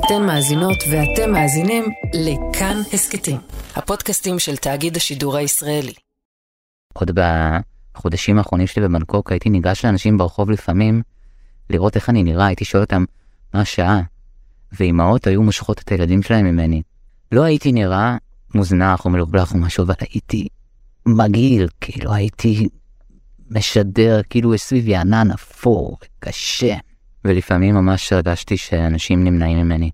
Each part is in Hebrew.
אתן מאזינות ואתם מאזינים לכאן הסקטים, הפודקאסטים של תאגיד השידור הישראלי. עוד בחודשים האחרונים שלי בבנקוק הייתי ניגש לאנשים ברחוב לפעמים לראות איך אני נראה, הייתי שואל אותם מה השעה, ואימהות היו מושכות את הילדים שלהם ממני. לא הייתי נראה מוזנח או מלוכלך או משהו, אבל הייתי מגעיל, כאילו הייתי משדר, כאילו יש סביבי ענן אפור וקשה. ולפעמים ממש הרגשתי שאנשים נמנעים ממני.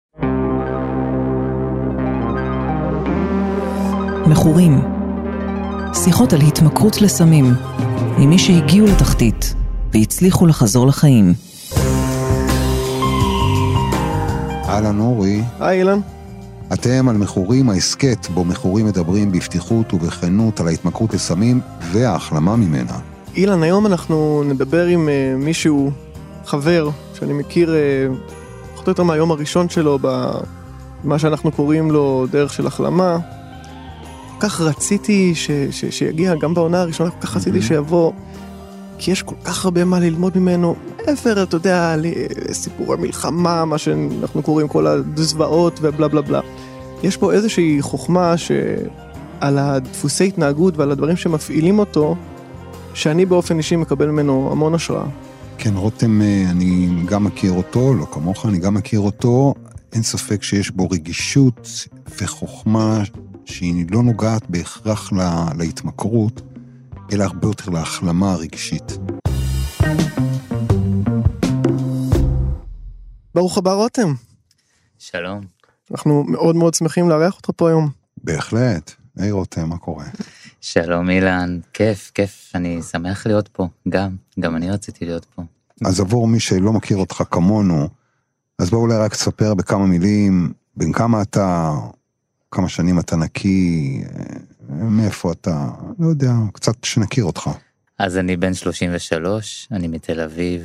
מכורים. שיחות על התמכרות לסמים, עם מי שהגיעו לתחתית והצליחו לחזור לחיים. אהלן אורי. היי אילן. אתם על מכורים, ההסקט בו מכורים מדברים בפתיחות ובכנות על ההתמכרות לסמים וההחלמה ממנה. אילן, היום אנחנו נדבר עם מישהו, חבר, שאני מכיר פחות או יותר מהיום הראשון שלו במה שאנחנו קוראים לו דרך של החלמה. כל כך רציתי שיגיע גם בעונה הראשונה, כל כך רציתי שיבוא, כי יש כל כך הרבה מה ללמוד ממנו, מעבר, אתה יודע, סיפור המלחמה, מה שאנחנו קוראים כל הזוועות ובלה בלה בלה. יש פה איזושהי חוכמה על הדפוסי התנהגות ועל הדברים שמפעילים אותו, שאני באופן אישי מקבל ממנו המון השראה. כן, רותם, אני גם מכיר אותו, לא כמוך, אני גם מכיר אותו. אין ספק שיש בו רגישות וחוכמה שהיא לא נוגעת בהכרח להתמכרות, אלא הרבה יותר להחלמה הרגשית. ברוך הבא רותם. שלום. אנחנו מאוד מאוד שמחים לארח אותך פה היום. בהחלט. היי רותם, מה קורה? שלום אילן, כיף, אני שמח להיות פה, גם אני רציתי להיות פה. אז עבור מי שלא מכיר אותך כמונו, אז בואו אולי רק תספר בכמה מילים, בין כמה אתה, כמה שנים אתה נקי, מאיפה אתה, לא יודע, קצת שנכיר אותך. אז אני בן 33, אני מתל אביב,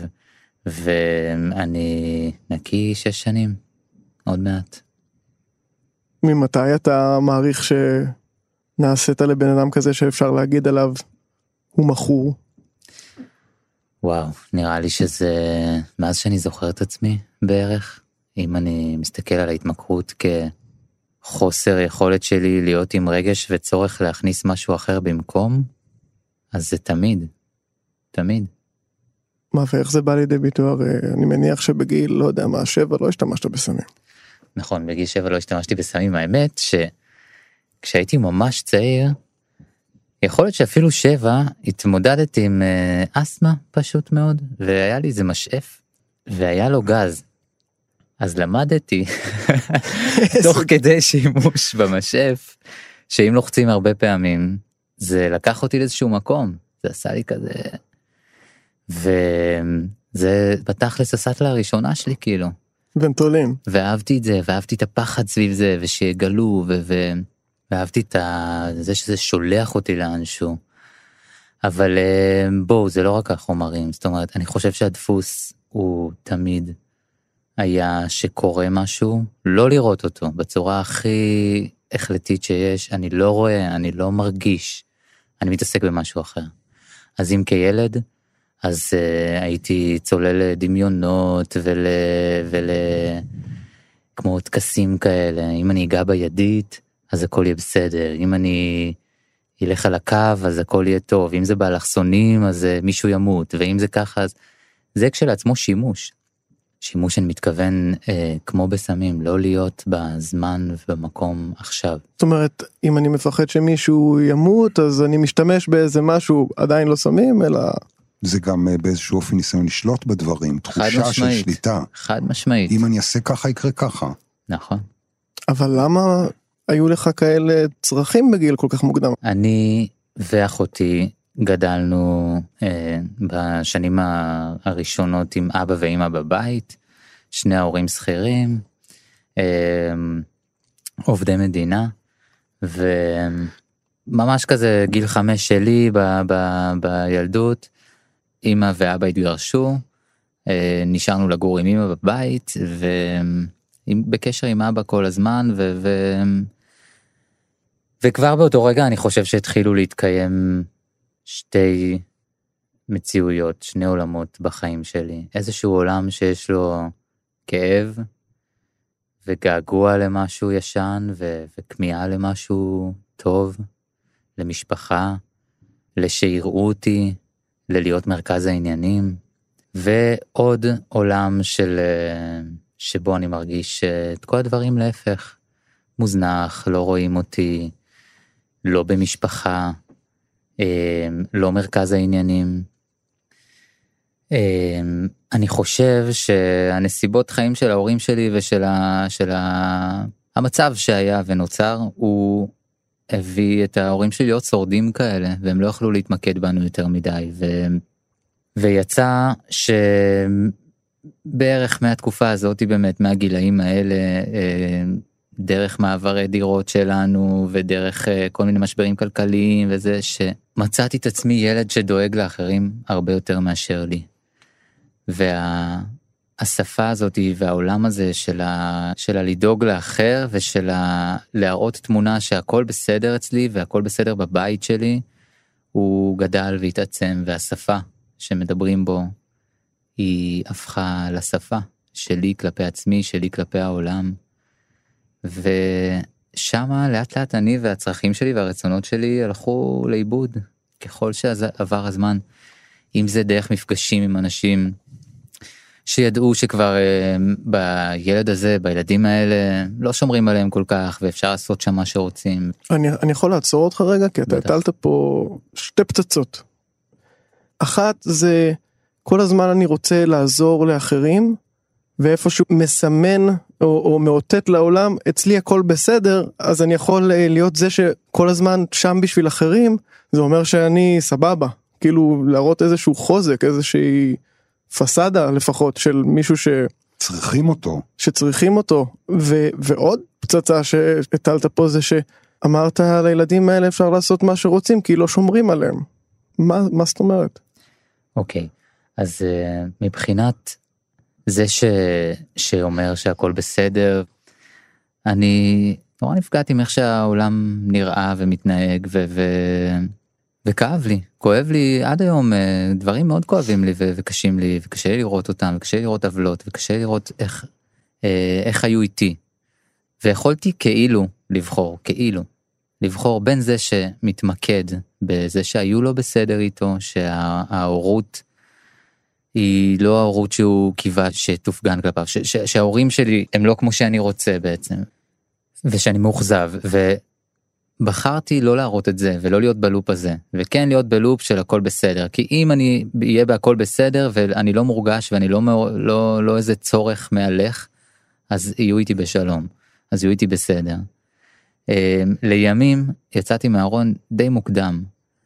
ואני נקי 6 שנים, עוד מעט. ממתי אתה מעריך נעשית לבן אדם כזה שאפשר להגיד עליו, הוא מכור? וואו, נראה לי שזה, מאז שאני זוכר את עצמי בערך, אם אני מסתכל על ההתמכרות כחוסר יכולת שלי להיות עם רגש וצורך להכניס משהו אחר במקום, אז זה תמיד. מה ואיך זה בא לידי ביטוי? אני מניח שבגיל, לא יודע מה, 7 לא השתמשת בסמים. נכון, בגיל 7 לא השתמשתי בסמים, האמת כשהייתי ממש צעיר, יכול להיות שאפילו 7, התמודדתי עם אסמה פשוט מאוד, והיה לי איזה משאף, והיה לו גז. אז למדתי, תוך כדי שימוש במשאף, שאם לוחצים הרבה פעמים, זה לקח אותי לאיזשהו מקום, זה עשה לי כזה, וזה בתכלס הסטלה הראשונה שלי כאילו. ונטולין. ואהבתי את זה, ואהבתי את הפחד סביב זה, ושיגלו, ואהבתי את זה שזה שולח אותי לאנשהו. אבל בואו, זה לא רק החומרים, זאת אומרת, אני חושב שהדפוס הוא תמיד היה שקורה משהו, לא לראות אותו, בצורה הכי החלטית שיש, אני לא רואה, אני לא מרגיש, אני מתעסק במשהו אחר. אז אם כילד, אז הייתי צולל לדמיונות כמו תקסים כאלה, אם אני אגע בידית, אז הכל יהיה בסדר, אם אני ילך על הקו, אז הכל יהיה טוב, אם זה באלכסונים, אז מישהו ימות, ואם זה ככה, אז זה כשלעצמו שימוש אני מתכוון כמו בסמים, לא להיות בזמן ובמקום עכשיו. זאת אומרת, אם אני מפחד שמישהו ימות, אז אני משתמש באיזה משהו, עדיין לא סמים, אלא... זה גם באיזשהו אופן ניסיון לשלוט בדברים, תחושה של שליטה. חד משמעית. אם אני אעשה ככה, יקרה ככה. נכון. אבל למה היו לך כאלה צרכים בגיל כל כך מוקדם? אני ואחותי גדלנו בשנים הראשונות עם אבא ואמא בבית, שני ההורים שכירים, עובדי מדינה, וממש כזה גיל 5 שלי בילדות, אמא ואבא התגרשו, נשארנו לגור עם אמא בבית, ובקשר עם אבא כל הזמן, וכבר באותו רגע אני חושב שהתחילו להתקיים שתי מציאויות, שני עולמות בחיים שלי. איזשהו עולם שיש לו כאב, וגעגוע למשהו ישן, וכמיהה למשהו טוב, למשפחה, לשיראו אותי, ללהיות מרכז העניינים, ועוד עולם שבו אני מרגיש את כל הדברים להפך, מוזנח, לא רואים אותי, לא במשפחה, לא מרכז העניינים. אני חושב שהנסיבות חיים של ההורים שלי ושל המצב שהיה ונוצר, הוא הביא את ההורים שלי להיות שורדים כאלה, והם לא יכלו להתמקד בנו יותר מדי, ויצא שבערך מהתקופה הזאת, באמת מהגילאים האלה, דרך מעברי דירות שלנו, ודרך כל מיני משברים כלכליים וזה, שמצאתי את עצמי ילד שדואג לאחרים הרבה יותר מאשר לי. והשפה הזאת והעולם הזה של לדאוג לאחר, ושל להראות תמונה שהכל בסדר אצלי, והכל בסדר בבית שלי, הוא גדל והתעצם, והשפה שמדברים בו, היא הפכה לשפה שלי כלפי עצמי, שלי כלפי העולם. ושמה לאט לאט אני והצרכים שלי והרצונות שלי הלכו לאיבוד, ככל שעבר הזמן, אם זה דרך מפגשים עם אנשים שידעו שכבר בילד הזה, בילדים האלה, לא שומרים עליהם כל כך, ואפשר לעשות שם מה שרוצים. אני יכול לעצור אותך רגע, כי אתה הטלת פה שתי פצצות. אחת זה, כל הזמן אני רוצה לעזור לאחרים, ואיפשהו מסמן או מאותת לעולם, אצלי הכל בסדר, אז אני יכול להיות זה שכל הזמן שם בשביל אחרים, זה אומר שאני סבבה, כאילו להראות איזשהו חוזק, איזושהי פסדה לפחות של מישהו שצריכים אותו, ועוד פצצה שהטלת פה זה שאמרת לילדים האלה אפשר לעשות מה שרוצים, כי לא שומרים עליהם. מה זאת אומרת? אוקיי, אז מבחינת זה שאומר שהכל בסדר, אני נורא נפגעתי מאיך שהעולם נראה ומתנהג, וכאב לי, כואב לי עד היום, דברים מאוד כואבים לי וקשים לי, וקשה לי לראות אותם, וקשה לי לראות עוולות, וקשה לי לראות איך היו איתי. ויכולתי כאילו לבחור בין זה שמתמקד בזה שהיו לו בסדר איתו, שההורות היא לא ההורות שהוא קיווה שתופגן כלפיו, שההורים שלי הם לא כמו שאני רוצה בעצם, ושאני מאוכזב, ובחרתי לא להראות את זה, ולא להיות בלופ הזה, וכן להיות בלופ של הכל בסדר, כי אם אני אהיה בהכל בסדר, ואני לא מורגש, ואני לא איזה צורך מהלך, אז יהיו איתי בשלום, אז יהיו איתי בסדר. לימים יצאתי מהארון די מוקדם,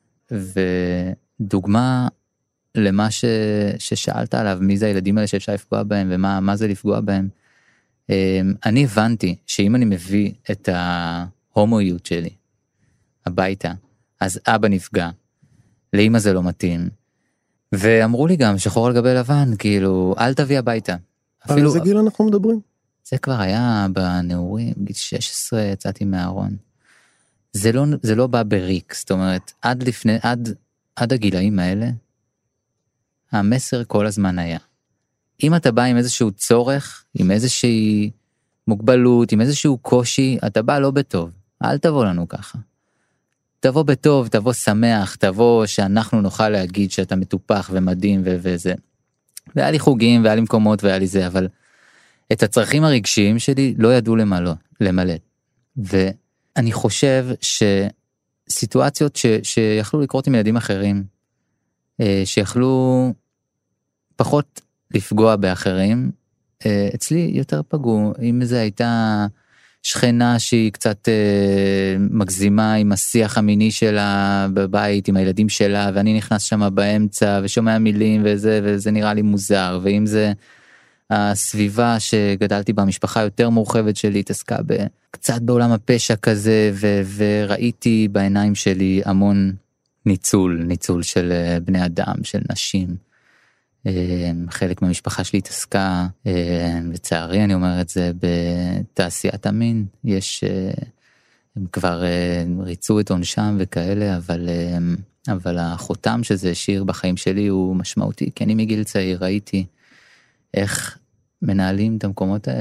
ודוגמה למה ששאלת עליו, מי זה הילדים האלה שאפשר לפגוע בהם, ומה זה לפגוע בהם, אני הבנתי שאם אני מביא את ההומואיות שלי הביתה, אז אבא נפגע, לאמא זה לא מתאים, ואמרו לי גם שחור על גבי לבן, כאילו אל תביא הביתה. על איזה גיל אנחנו מדברים? זה כבר היה בנעורים, גיל 16 יצאתי מהארון. זה לא בא בריק, זאת אומרת, עד הגילאים האלה, המסר כל הזמן היה. אם אתה בא עם איזשהו צורך, עם איזושהי מוגבלות, עם איזשהו קושי, אתה בא לא בטוב. אל תבוא לנו ככה. תבוא בטוב, תבוא שמח, תבוא שאנחנו נוכל להגיד שאתה מטופח ומדהים וזה. והיה לי חוגים, והיה לי מקומות, והיה לי זה, אבל את הצרכים הרגשיים שלי לא ידעו למלא. ואני חושב שסיטואציות שיכלו לקרות עם ילדים אחרים, שיכלו פחות לפגוע באחרים, אצלי יותר פגעו. אם זה הייתה שכנה שהיא קצת מגזימה עם השיח המיני שלה בבית, עם הילדים שלה, ואני נכנס שם באמצע ושומע מילים וזה נראה לי מוזר, ואם זה הסביבה שגדלתי במשפחה יותר מורחבת שלי, התעסקה קצת בעולם הפשע כזה, וראיתי בעיניים שלי המון ניצול של בני אדם, של נשים. חלק מהמשפחה שלי התעסקה, לצערי אני אומר את זה, בתעשיית המין. הם כבר ריצו את עונשם וכאלה, אבל החותם שזה השאיר בחיים שלי הוא משמעותי, כי אני מגיל צעיר ראיתי איך מנהלים את המקומות האלה,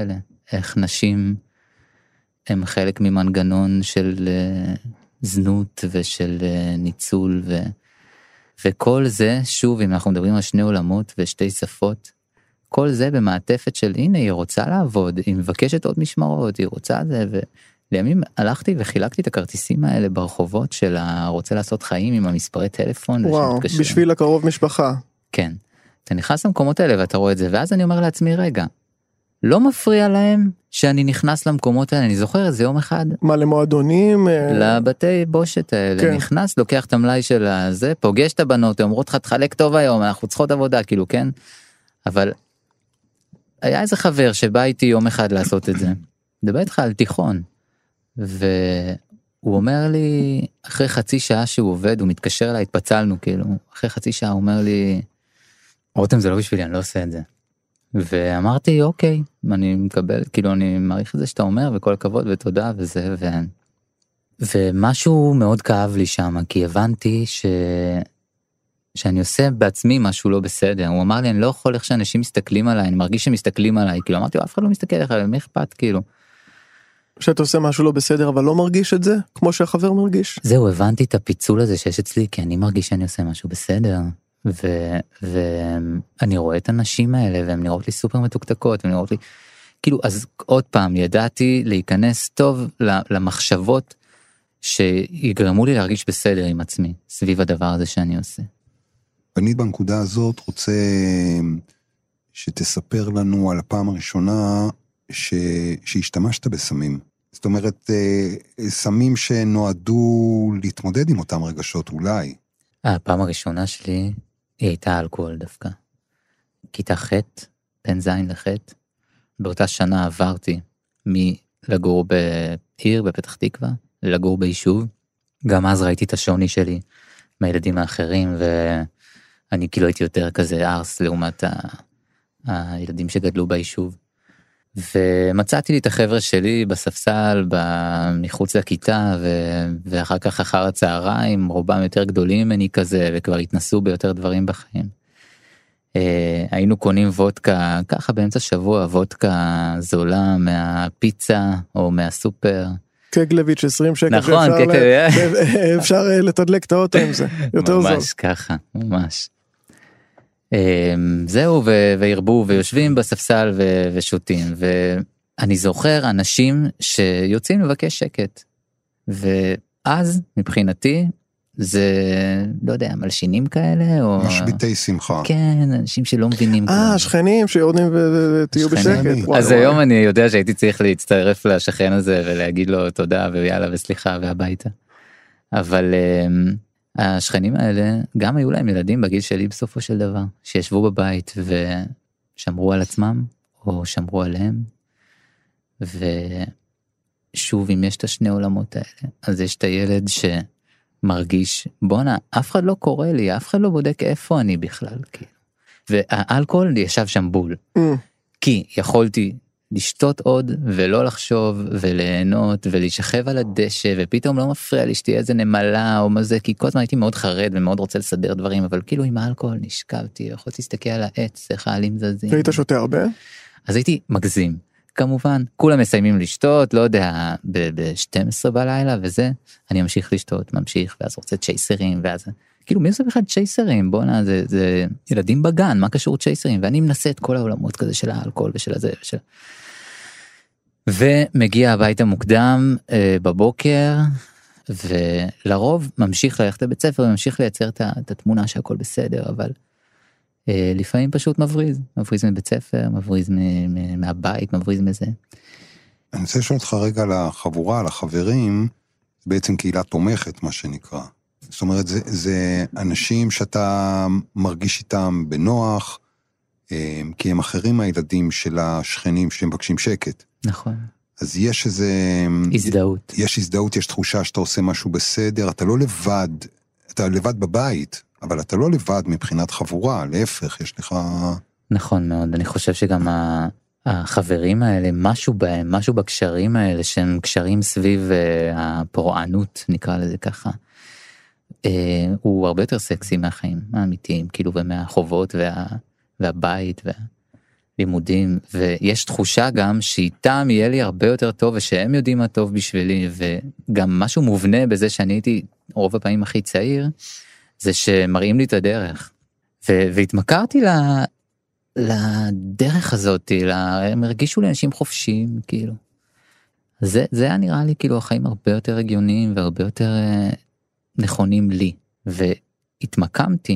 איך נשים הם חלק ממנגנון של זנות ושל ניצול וכל זה, שוב, אם אנחנו מדברים על שני עולמות ושתי שפות, כל זה במעטפת של הנה היא רוצה לעבוד, היא מבקשת עוד משמרות, היא רוצה זה, ולימים הלכתי וחילקתי את הכרטיסים האלה ברחובות של רוצה לעשות חיים עם המספרי טלפון. וואו, בשביל הקרוב משפחה. כן, אתה נכנס למקומות האלה ואתה רואה את זה, ואז אני אומר לעצמי, רגע, לא מפריע להם שאני נכנס למקומות האלה, אני זוכר איזה יום אחד. מה, למועדונים? לבתי בושת האלה, כן. נכנס, לוקח את המלאי של הזה, פוגש את הבנות, אומרות לך, תחלק טוב היום, אנחנו צריכות עבודה, כאילו, כן? אבל היה איזה חבר שבא איתי יום אחד לעשות את זה, מדבר איתך על תיכון, והוא אומר לי, אחרי חצי שעה שהוא עובד, הוא מתקשר אליי, התפצלנו, כאילו, אחרי חצי שעה הוא אומר לי, רותם זה לא בשבילי, אני לא עושה את זה. ואמרתי, אוקיי, אני מקבל, כאילו אני מעריך את זה שאתה אומר, וכל הכבוד ותודה וזה, ומשהו מאוד כאב לי שם, כי הבנתי שאני עושה בעצמי משהו לא בסדר. הוא אמר לי, אני לא יכול איך שאנשים מסתכלים עליי, אני מרגיש שמסתכלים עליי, כאילו אמרתי, אף אחד לא מסתכל עליך, מי אכפת, כאילו. שאתה עושה משהו לא בסדר, אבל לא מרגיש את זה, כמו שהחבר מרגיש. זהו, הבנתי את הפיצול הזה שיש אצלי, כי אני מרגיש שאני עושה משהו בסדר. ואני רואה את הנשים האלה, והן נראות לי סופר מתוקתקות, והן נראות לי, כאילו, אז עוד פעם, ידעתי להיכנס טוב למחשבות, שיגרמו לי להרגיש בסדר עם עצמי, סביב הדבר הזה שאני עושה. אני בנקודה הזאת רוצה שתספר לנו על הפעם הראשונה, שהשתמשת בסמים. זאת אומרת, סמים שנועדו להתמודד עם אותם רגשות אולי. הפעם הראשונה שלי היא הייתה אלכוהול דווקא. כיתה ח', בין זין לח', באותה שנה עברתי מלגור בעיר בפתח תקווה, לגור ביישוב. גם אז ראיתי את השוני שלי מהילדים האחרים, ואני כאילו הייתי יותר כזה ארס לעומת הילדים שגדלו ביישוב. ומצאתי לי את החבר'ה שלי בספסל, מחוץ לכיתה, ואחר כך אחר הצהריים, רובם יותר גדולים ממני כזה, וכבר התנסו ביותר דברים בחיים. היינו קונים וודקה, ככה באמצע שבוע, וודקה זולה מהפיצה, או מהסופר. קגלביץ' 20 שקל, נכון, אפשר לתדלק את האוטו עם זה, יותר זול. ממש ככה, ממש. זהו, והרבו ויושבים בספסל ושותים, ואני זוכר אנשים שיוצאים לבקש שקט, ואז מבחינתי זה, לא יודע, מלשינים כאלה, או... משביתי שמחה. כן, אנשים שלא מבינים. שכנים שיורדים ותהיו בשקט. אז היום אני יודע שהייתי צריך להצטרף לשכן הזה, ולהגיד לו תודה ויאללה וסליחה והביתה. אבל... השכנים האלה, גם היו להם ילדים בגיל שלי בסופו של דבר, שישבו בבית ושמרו על עצמם, או שמרו עליהם, ושוב, אם יש את השני עולמות האלה, אז יש את הילד שמרגיש, בונה, אף אחד לא קורא לי, אף אחד לא בודק איפה אני בכלל, כאילו. והאלכוהול ישב שם בול, כי יכולתי לשתות עוד ולא לחשוב וליהנות ולהישכב על הדשא, ופתאום לא מפריע לי שתהיה איזה נמלה או מה זה, כי כל הזמן הייתי מאוד חרד ומאוד רוצה לסדר דברים, אבל כאילו עם האלכוהול נשכבתי, יכולתי להסתכל על העץ, איך העלים זזים. היית שותה הרבה? אז הייתי מגזים, כמובן, כולם מסיימים לשתות, לא יודע, ב-12 בלילה וזה, אני ממשיך לשתות, ממשיך, ואז רוצה צ'ייסרים, ואז... כאילו מי עושה בכלל צ'ייסרים? בוא'נה, זה ילדים בגן, מה קשור צ'ייסרים? ואני מנסה את כל העולמות כזה של האלכוהול ושל הזה ושל... ומגיע הביתה מוקדם בבוקר, ולרוב ממשיך ללכת לבית ספר, וממשיך לייצר את התמונה שהכל בסדר, אבל לפעמים פשוט מבריז מבית ספר, מבריז מהבית, מבריז מזה. אני רוצה לשאול אותך רגע על החבורה, על החברים, בעצם קהילה תומכת, מה שנקרא. זאת אומרת, זה אנשים שאתה מרגיש איתם בנוח, כי הם אחרים מהילדים של השכנים שמבקשים שקט. נכון. אז יש איזה... הזדהות. יש הזדהות, יש תחושה שאתה עושה משהו בסדר, אתה לא לבד, אתה לבד בבית, אבל אתה לא לבד מבחינת חבורה, להפך, יש לך... נכון מאוד, אני חושב שגם החברים האלה, משהו בהם, משהו בקשרים האלה, שהם קשרים סביב הפורענות, נקרא לזה ככה, הוא הרבה יותר סקסי מהחיים האמיתיים, כאילו, ומהחובות והבית, לימודים, ויש תחושה גם שאיתם יהיה לי הרבה יותר טוב, ושהם יודעים מה טוב בשבילי, וגם משהו מובנה בזה שאני הייתי רוב הפעמים הכי צעיר, זה שמראים לי את הדרך. והתמכרתי לדרך הזאת, הם הרגישו לי אנשים חופשיים, כאילו. זה היה נראה לי כאילו החיים הרבה יותר הגיוניים, והרבה יותר נכונים לי, והתמקמתי.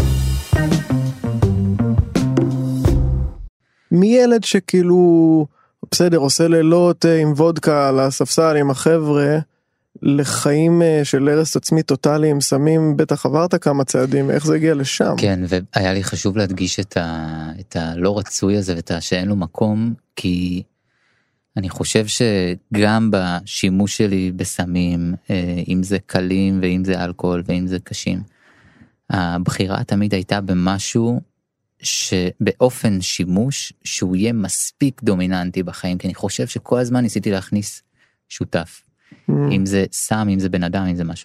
מי ילד שכאילו, בסדר, עושה לילות עם וודקה על הספסל עם החבר'ה, לחיים של הרס עצמי טוטלי עם סמים, בטח עברת כמה צעדים, איך זה הגיע לשם? כן, והיה לי חשוב להדגיש את הלא רצוי הזה, ואת שאין לו מקום, כי אני חושב שגם בשימוש שלי בסמים, אם זה קלים, ואם זה אלכוהול, ואם זה קשים, הבחירה תמיד הייתה במשהו, שבאופן שימוש, שהוא יהיה מספיק דומיננטי בחיים, כי אני חושב שכל הזמן ניסיתי להכניס שותף. אם זה סם, אם זה בן אדם, אם זה משהו.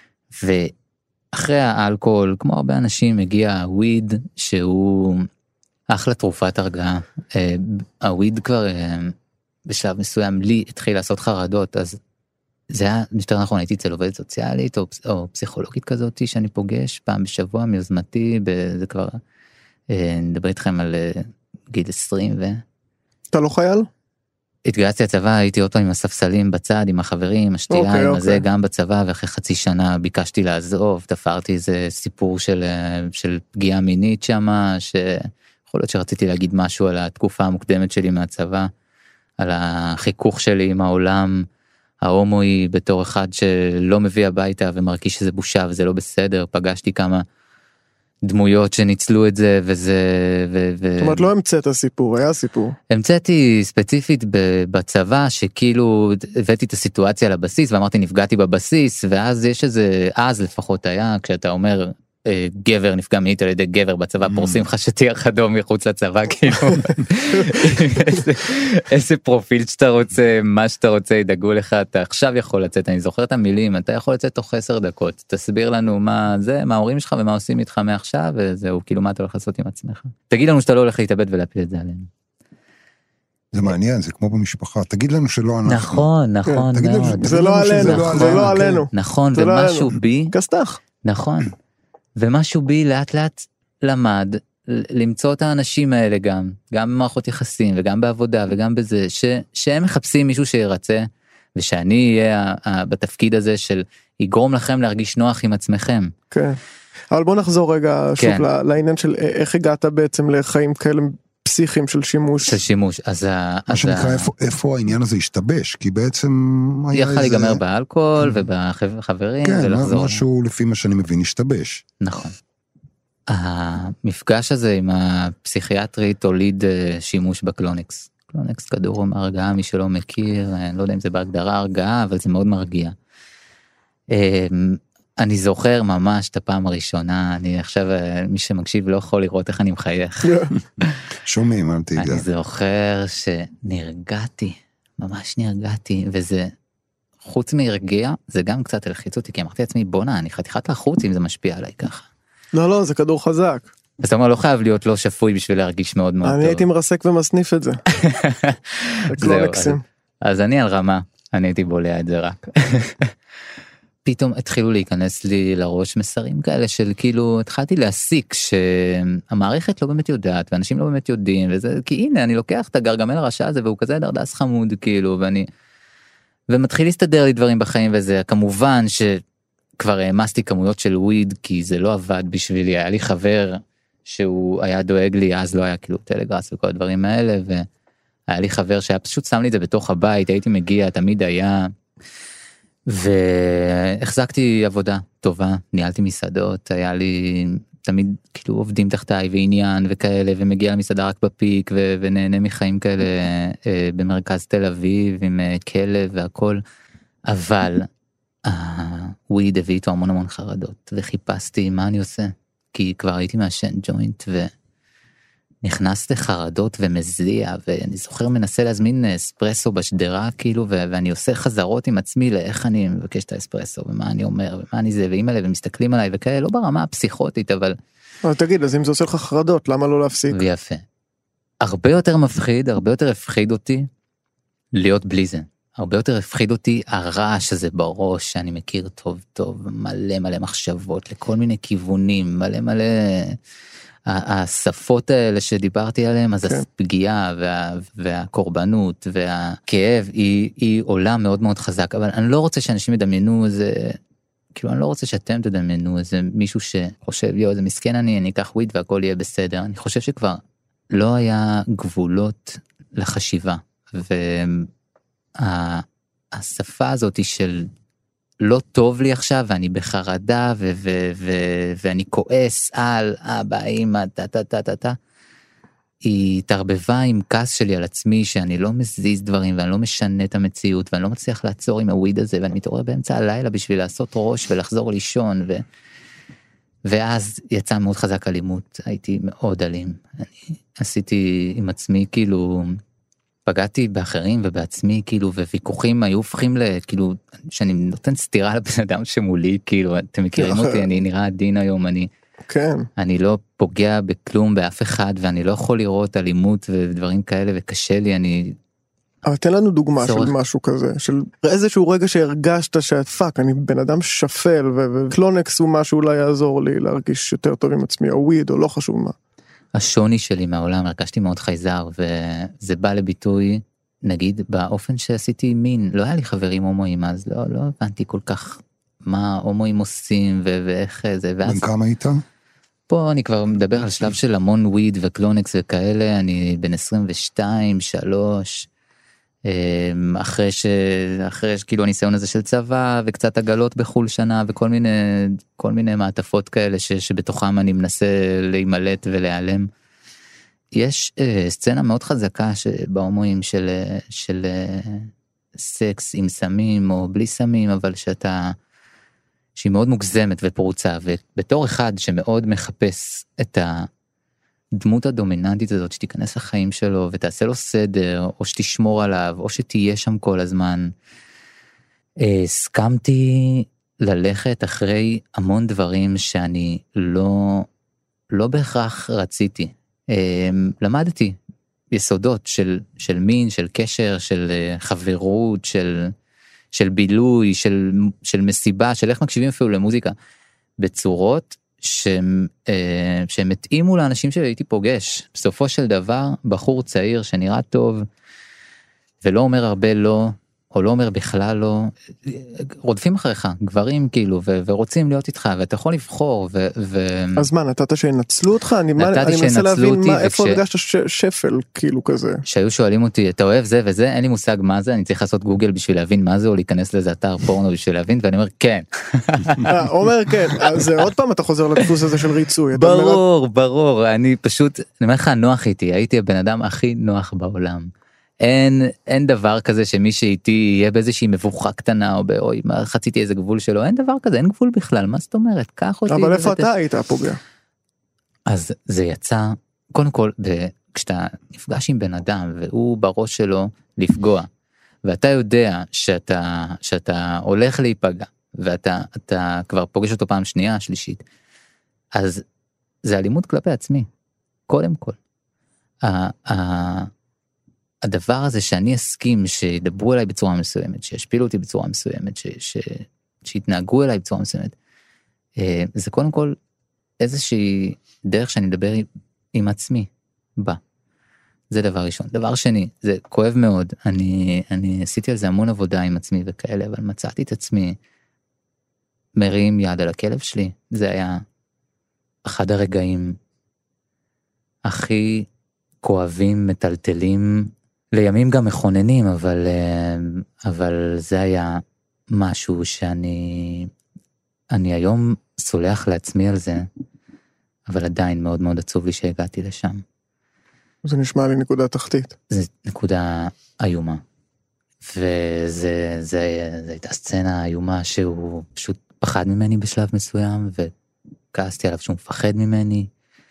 ואחרי האלכוהול, כמו הרבה אנשים, הגיע הוויד, שהוא אחלה תרופת הרגעה. הוויד כבר בשלב מסוים לי התחיל לעשות חרדות, אז זה היה יותר נכון, הייתי אצל עובדת סוציאלית, או פסיכולוגית כזאת, שאני פוגש פעם בשבוע מיוזמתי, זה כבר, נדבר איתכם על גיל 20 אתה לא חייל? התגייסתי לצבא, הייתי עוד פעם עם הספסלים בצד, עם החברים, השתייה, עם הזה, גם בצבא, ואחרי חצי שנה ביקשתי לעזוב, תפרתי איזה סיפור של פגיעה מינית שמה, שיכול להיות שרציתי להגיד משהו על התקופה המוקדמת שלי מהצבא, על החיכוך שלי עם העולם ההומואי, בתור אחד שלא מביא הביתה, ומרגיש שזה בושה וזה לא בסדר, פגשתי כמה דמויות שניצלו את זה, וזה... זאת אומרת, לא המצאת הסיפור, היה סיפור. המצאתי ספציפית בצבא, שכאילו הבאתי את הסיטואציה לבסיס, ואמרתי נפגעתי בבסיס, ואז יש איזה, אז לפחות היה, כשאתה אומר, גבר נפגע מינית על ידי גבר בצבא, פורסים לך שטיח אדום מחוץ לצבא, כאילו, איזה פרופיל שאתה רוצה, מה שאתה רוצה, ידאגו לך, אתה עכשיו יכול לצאת, אני זוכר את המילים, אתה יכול לצאת תוך 10 דקות, תסביר לנו מה זה, מה ההורים שלך ומה עושים איתך מעכשיו, וזהו, כאילו מה אתה הולך לעשות עם עצמך. תגיד לנו שאתה לא הולך להתאבד ולהפיל את זה עלינו. זה מעניין, זה כמו במשפחה, תגיד לנו שלא אנחנו. נכון, נכון, זה לא עלינו, זה לא עלינו. נכון, ומשהו בי, כסתך. נכון. ומשהו בי לאט לאט למד למצוא את האנשים האלה גם במערכות יחסים וגם בעבודה וגם בזה, שהם מחפשים מישהו שירצה, ושאני אהיה שוב יגרום לכם להרגיש נוח עם עצמכם. כן, אבל בוא נחזור רגע שוב לעניין של איך הגעת בעצם לחיים כאלה פסיכיים של שימוש. של שימוש, מה שנקרא, איפה העניין הזה השתבש, כי בעצם... יכל להיגמר באלכוהול ובחברים, כן, משהו לפי מה שאני מבין השתבש. נכון. המפגש הזה עם הפסיכיאטרית הוליד שימוש בקלונקס. קלונקס כדור הרגעה, מי שלא מכיר, אני לא יודע אם זה בהגדרה הרגעה, אבל זה מאוד מרגיע. אני זוכר ממש את הפעם הראשונה, אני עכשיו, מי שמקשיב לא יכול לראות איך אני מחייך. שומעים, אל תדע. אני זוכר שנרגעתי, ממש נרגעתי, וזה, חוץ מהרגיע, זה גם קצת הלחיץ אותי, כי אמרתי לעצמי, בונה, אני חתיכת לחוץ אם זה משפיע עליי ככה. לא, זה כדור חזק. אז אתה אומר, לא חייב להיות לא שפוי בשביל להרגיש מאוד מאוד טוב. אני הייתי מרסק ומסניף את זה. אז אני על רמה, אני הייתי בולע את זה רק. פתאום התחילו להיכנס לי לראש מסרים כאלה של כאילו, התחלתי להסיק שהמערכת לא באמת יודעת, ואנשים לא באמת יודעים, וזה, כי הנה, אני לוקח את הגרגמל הרשע הזה, והוא כזה דרדס חמוד, כאילו, ומתחיל להסתדר לי דברים בחיים, וזה כמובן שכבר העמסתי כמויות של וויד, כי זה לא עבד בשבילי, היה לי חבר שהוא היה דואג לי, אז לא היה כאילו טלגראס וכל הדברים האלה, והיה לי חבר שהיה פשוט שם לי את זה בתוך הבית, הייתי מגיע, תמיד היה... והחזקתי עבודה טובה, ניהלתי מסעדות, היה לי תמיד כאילו עובדים תחתיי ועניין וכאלה, ומגיע למסעדה רק בפיק ונהנה מחיים כאלה במרכז תל אביב עם כלב והכל, אבל וויד הביא איתו המון חרדות, וחיפשתי מה אני עושה, כי כבר הייתי מעשן ג'וינט נכנס לחרדות ומזיע, ואני זוכר מנסה להזמין אספרסו בשדרה, כאילו, ואני עושה חזרות עם עצמי לאיך אני מבקש את האספרסו, ומה אני אומר, ומה אני זה, ואם אלה, ומסתכלים עליי וכאלה, לא ברמה הפסיכוטית, אבל... תגיד, אז אם זה עושה לך חרדות, למה לא להפסיק? ויפה. הרבה יותר מפחיד, הרבה יותר הפחיד אותי להיות בלי זה. הרבה יותר הפחיד אותי הרעש הזה בראש, שאני מכיר טוב טוב, מלא מלא מחשבות, לכל מיני כיוונים, מלא מלא, השפות האלה שדיברתי עליהם, אז הפגיעה והקורבנות והכאב, היא עולה מאוד מאוד חזק, אבל אני לא רוצה שאנשים ידמיינו איזה, כאילו אני לא רוצה שאתם תדמיינו איזה מישהו שחושב, יו, זה מסכן אני אקח וויד והכל יהיה בסדר. אני חושב שכבר לא היה גבולות לחשיבה, והשפה הזאת של לא טוב לי עכשיו, ואני בחרדה, ואני כועס על אבא, אמא, טה, היא התערבבה עם כעס שלי על עצמי, שאני לא מזיז דברים, ואני לא משנה את המציאות, ואני לא מצליח לעצור עם הוויד הזה, ואני מתעורר באמצע הלילה בשביל לעשות ראש, ולחזור לישון, ואז יצא מאוד חזק אלימות, הייתי מאוד אלים, אני עשיתי עם עצמי כאילו, פגעתי באחרים ובעצמי כאילו, וויכוחים היו הופכים כאילו, שאני נותן סתירה לבן אדם שמולי, כאילו, אתם מכירים אותי, אני נראה עדין היום, אני לא פוגע בכלום באף אחד, ואני לא יכול לראות אלימות ודברים כאלה, וקשה לי, אבל תן לנו דוגמה של משהו כזה, של איזשהו רגע שהרגשת שפאק, אני בן אדם שפל, וקלונקס הוא משהו אולי יעזור לי להרגיש יותר טוב עם עצמי, או וויד, או לא חשוב מה. השוני שלי מהעולם, הרגשתי מאוד חייזר, וזה בא לביטוי, נגיד, באופן שעשיתי מין, לא היה לי חברים הומואים, אז לא הבנתי כל כך מה הומואים עושים, ואיך זה, בן כמה היית? פה אני כבר מדבר על שלב של המון וויד וקלונקס וכאלה, אני בן 22, 3, אחרי כאילו הניסיון הזה של צבא, וקצת עגלות בחול שנה, וכל מיני מעטפות כאלה, שבתוכם אני מנסה להימלט ולהיעלם. יש סצנה מאוד חזקה בהומואים של סקס עם סמים, או בלי סמים, אבל שהיא מאוד מוגזמת ופרוצה, ובתור אחד שמאוד מחפש את הדמות הדומיננטית הזאת, שתיכנס לחיים שלו, ותעשה לו סדר, או שתשמור עליו, או שתהיה שם כל הזמן, הסכמתי ללכת אחרי המון דברים, שאני לא בהכרח רציתי. למדתי יסודות של מין, של קשר, של חברות, של בילוי, של מסיבה, של איך מקשיבים אפילו למוזיקה, בצורות שהם התאימו לאנשים שהייתי פוגש. בסופו של דבר, בחור צעיר שנראה טוב, ולא אומר הרבה לא, או לא אומר בכלל לא, רודפים אחריך, גברים כאילו, ורוצים להיות איתך, ואתה יכול לבחור, אז מה, נתת שינצלו אותך? אני מנסה להבין איפה הרגשת שפל, כאילו כזה. שהיו שואלים אותי, אתה אוהב זה וזה, אין לי מושג מה זה, אני צריך לעשות גוגל בשביל להבין מה זה, או להיכנס לאיזה אתר פורנו בשביל להבין, ואני אומר, כן. אומר כן, אז עוד פעם אתה חוזר לדפוס הזה של ריצוי. ברור, אני פשוט, אני אומר לך, נוח איתי, הייתי הבן אדם הכי נוח בעולם. אין דבר כזה שמי שאיתי יהיה באיזושהי מבוכה קטנה, או באוי, מה חציתי איזה גבול שלו, אין דבר כזה, אין גבול בכלל, מה זאת אומרת? קח אותי. אבל איפה אתה היית הפוגע? אז זה יצא, קודם כל, כשאתה נפגש עם בן אדם, והוא בראש שלו לפגוע, ואתה יודע שאתה הולך להיפגע, ואתה כבר פוגש אותו פעם שנייה, שלישית, אז זה אלימות כלפי עצמי, קודם כל. הדבר הזה שאני אסכים שידברו אליי בצורה מסוימת, שישפילו אותי בצורה מסוימת, שיתנהגו אליי בצורה מסוימת, זה קודם כל איזושהי דרך שאני מדבר עם עצמי בה. זה דבר ראשון. דבר שני, זה כואב מאוד, אני עשיתי על זה המון עבודה עם עצמי וכאלה, אבל מצאתי את עצמי מרים יד על הכלב שלי. זה היה אחד הרגעים הכי כואבים, מטלטלים, לימים גם מכוננים, אבל זה היה משהו שאני היום סולח לעצמי על זה, אבל עדיין מאוד מאוד עצוב לי שהגעתי לשם. זה נשמע לי נקודה תחתית. זה נקודה איומה. וזה הייתה סצנה איומה שהוא פשוט פחד ממני בשלב מסוים, וכעסתי עליו שהוא מפחד ממני,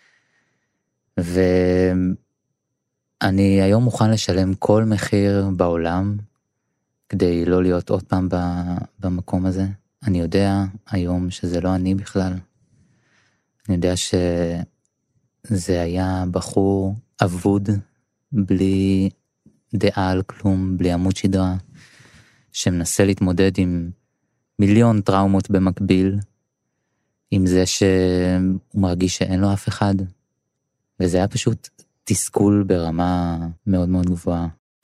אני היום מוכן לשלם כל מחיר בעולם, כדי לא להיות עוד פעם במקום הזה. אני יודע היום שזה לא אני בכלל. אני יודע שזה היה בחור אבוד בלי דעה על כלום, בלי עמוד שדרה, שמנסה להתמודד עם מיליון טראומות במקביל, עם זה שהוא מרגיש שאין לו אף אחד, וזה היה פשוט תסכול ברמה מאוד מאוד גבוהה.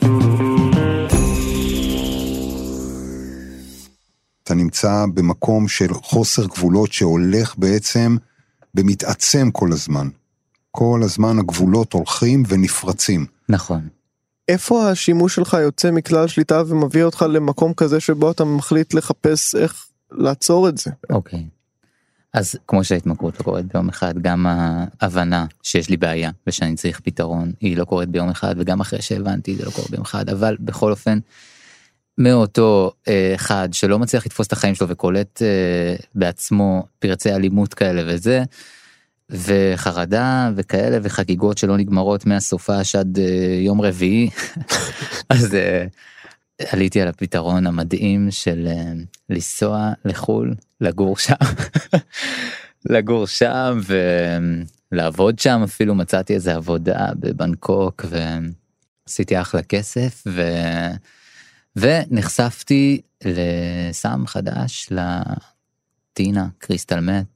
אתה נמצא במקום של חוסר גבולות שהולך בעצם במתעצם כל הזמן. כל הזמן הגבולות הולכים ונפרצים. נכון. איפה השימוש שלך יוצא מכלל שליטה ומביא אותך למקום כזה שבו אתה מחליט לחפש איך לעצור את זה? אוקיי. אז כמו שההתמכרות לא קורית ביום אחד, גם ההבנה שיש לי בעיה ושאני צריך פתרון, היא לא קורית ביום אחד, וגם אחרי שהבנתי זה לא קורה ביום אחד, אבל בכל אופן, מאותו אחד שלא מצליח לתפוס את החיים שלו וקולט בעצמו פרצי אלימות כאלה וזה, וחרדה וכאלה וחגיגות שלא נגמרות מהסופש עד יום רביעי, אז עליתי על הפתרון המדהים של לנסוע לחול, לגור שם ולעבוד שם, אפילו מצאתי איזה עבודה בבנקוק ועשיתי אחלה כסף ונחשפתי לסם חדש, לטינה, קריסטל מט,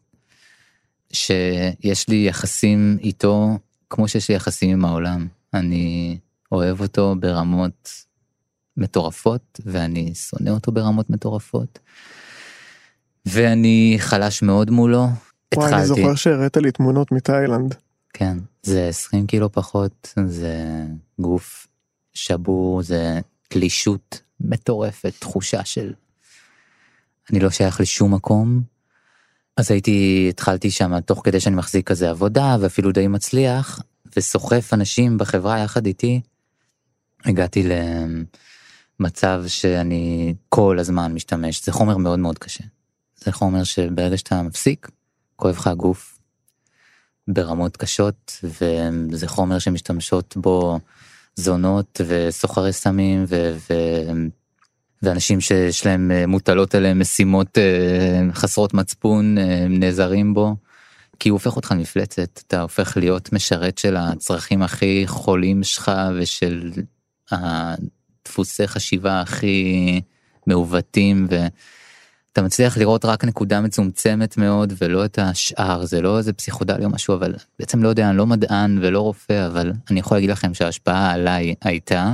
שיש לי יחסים איתו כמו שיש לי יחסים עם העולם. אני אוהב אותו ברמות מטורפות, ואני שונא אותו ברמות מטורפות, ואני חלש מאוד מולו. וואי, אני זוכר שהראית לי תמונות מתאילנד. כן, זה 20 קילו פחות, זה גוף שבור, זה תלישות מטורפת, תחושה של אני לא שייך לשום מקום. אז התחלתי שם תוך כדי שאני מחזיק כזה עבודה, ואפילו די מצליח, וסוחף אנשים בחברה יחד איתי. הגעתי למצב שאני כל הזמן משתמש, זה חומר מאוד מאוד קשה. זה חומר שברגע שאתה מפסיק, כואב לך הגוף ברמות קשות, וזה חומר שמשתמשות בו זונות וסוחרי סמים ואנשים שיש להם מוטלות עליהם משימות חסרות מצפון, נעזרים בו, כי הוא הופך אותך מפלצת, אתה הופך להיות משרת של הצרכים הכי חולים שלך, ושל הדפוסי חשיבה הכי מעוותים, ואתה מצליח לראות רק נקודה מצומצמת מאוד, ולא את השאר, זה לא איזה פסיכודלי או משהו, אבל בעצם לא יודע, אני לא מדען ולא רופא, אבל אני יכול להגיד לכם שההשפעה עליי הייתה,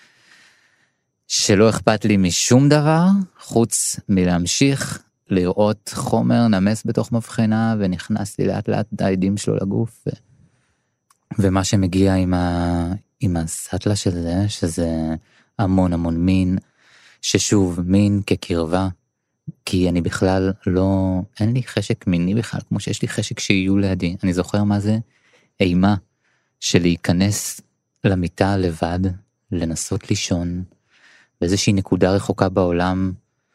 שלא אכפת לי משום דבר, חוץ מלהמשיך לראות חומר נמס בתוך מבחנה, ונכנס לי לאט לאט העדים שלו לגוף, ומה שמגיע עם הסטלה של זה, שזה המון המון מין, ששוב, מין כקרבה, כי אני בכלל לא, אין לי חשק מיני בכלל, כמו שיש לי חשק שיהיו לידי. אני זוכר מה זה אימה של להיכנס למיטה לבד, לנסות לישון, באיזושהי נקודה רחוקה בעולם,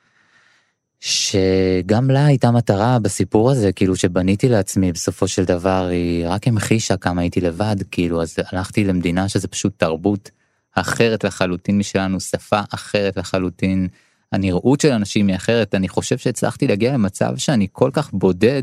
שגם לה הייתה מטרה בסיפור הזה, כאילו שבניתי לעצמי בסופו של דבר, היא רק המחישה כמה הייתי לבד, כאילו, אז הלכתי למדינה שזה פשוט תרבות אחרת לחלוטין משלנו, שפה אחרת לחלוטין, הנראות של אנשים היא אחרת. אני חושב שהצלחתי להגיע למצב שאני כל כך בודד,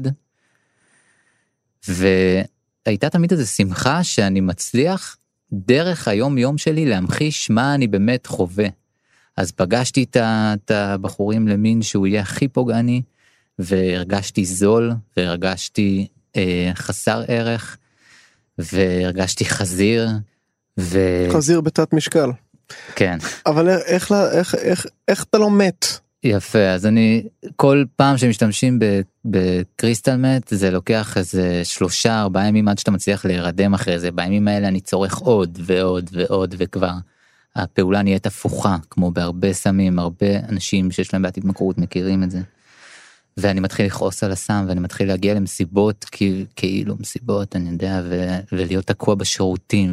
והייתה תמיד איזו שמחה שאני מצליח דרך היום יום שלי להמחיש מה אני באמת חווה. אז פגשתי את הבחורים למין שהוא יהיה הכי פוגעני, והרגשתי זול, והרגשתי חסר ערך, והרגשתי חזיר. חזיר בתת משקל. כן. אבל איך אתה לא מת? יפה, אז אני, כל פעם שמשתמשים בקריסטל מט, זה לוקח איזה 3-4 ימים עד שאתה מצליח להירדם אחרי זה. בימים האלה אני צורך עוד ועוד ועוד, וכבר הפעולה נהיית הפוכה, כמו בהרבה סמים, הרבה אנשים שיש להם בעיית התמכרות מכירים את זה. ואני מתחיל לכעוס על הסם, ואני מתחיל להגיע למסיבות, כאילו מסיבות, אני יודע, ולהיות תקוע בשירותים,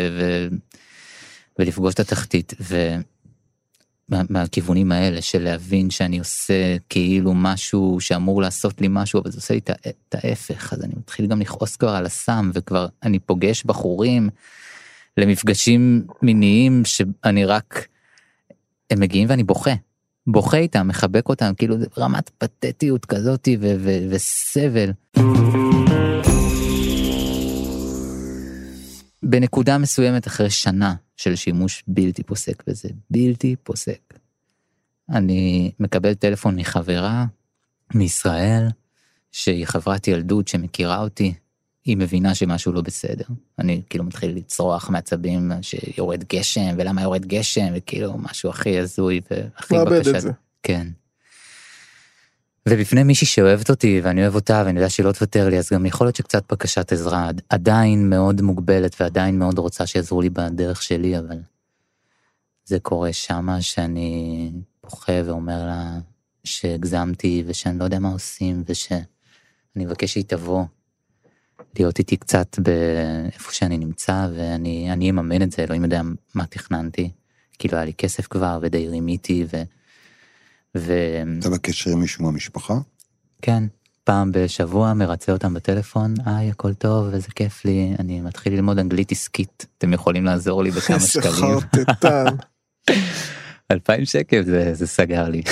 ולפגוש את התחתית, מהכיוונים האלה, של להבין שאני עושה כאילו משהו שאמור לעשות לי משהו, אבל זה עושה לי את ההפך, אז אני מתחיל גם לכעוס כבר על הסם, וכבר אני פוגש בחורים למפגשים מיניים, שאני רק, הם מגיעים ואני בוכה איתם, מחבק אותם, כאילו רמת פתטיות כזאת וסבל. בנקודה מסוימת אחרי שנה של שימוש בלתי פוסק בזה, בלתי פוסק. אני מקבל טלפון מחברה מישראל, שהיא חברת ילדות שמכירה אותי, היא מבינה שמשהו לא בסדר. אני כאילו מתחיל לצרוח מעצבים שיורד גשם, ולמה יורד גשם, וכאילו משהו הכי הזוי והכי מאבד את זה. כן. ובפני מישהי שאוהבת אותי, ואני אוהב אותה, ואני יודע שהיא לא תוותר לי, אז גם יכול להיות שקצת בקשת עזרה, עדיין מאוד מוגבלת, ועדיין מאוד רוצה שיעזרו לי בדרך שלי, אבל זה קורה שמה שאני בוכה ואומר לה שהגזמתי, ושאני לא יודע מה עושים, ושאני מבקש שהיא תבוא, להיות איתי קצת באיפה שאני נמצא, ואני אממן את זה, אלוהים יודע מה תכננתי, כאילו היה לי כסף כבר, ודי רימיתי, אתה בקשר עם מישהו מהמשפחה? כן, פעם בשבוע מרצה אותם בטלפון, הכל טוב, איזה כיף לי, אני מתחיל ללמוד אנגלית עסקית, אתם יכולים לעזור לי בכמה שקלים. שחרטטן. 2,000 שקל זה סגר לי.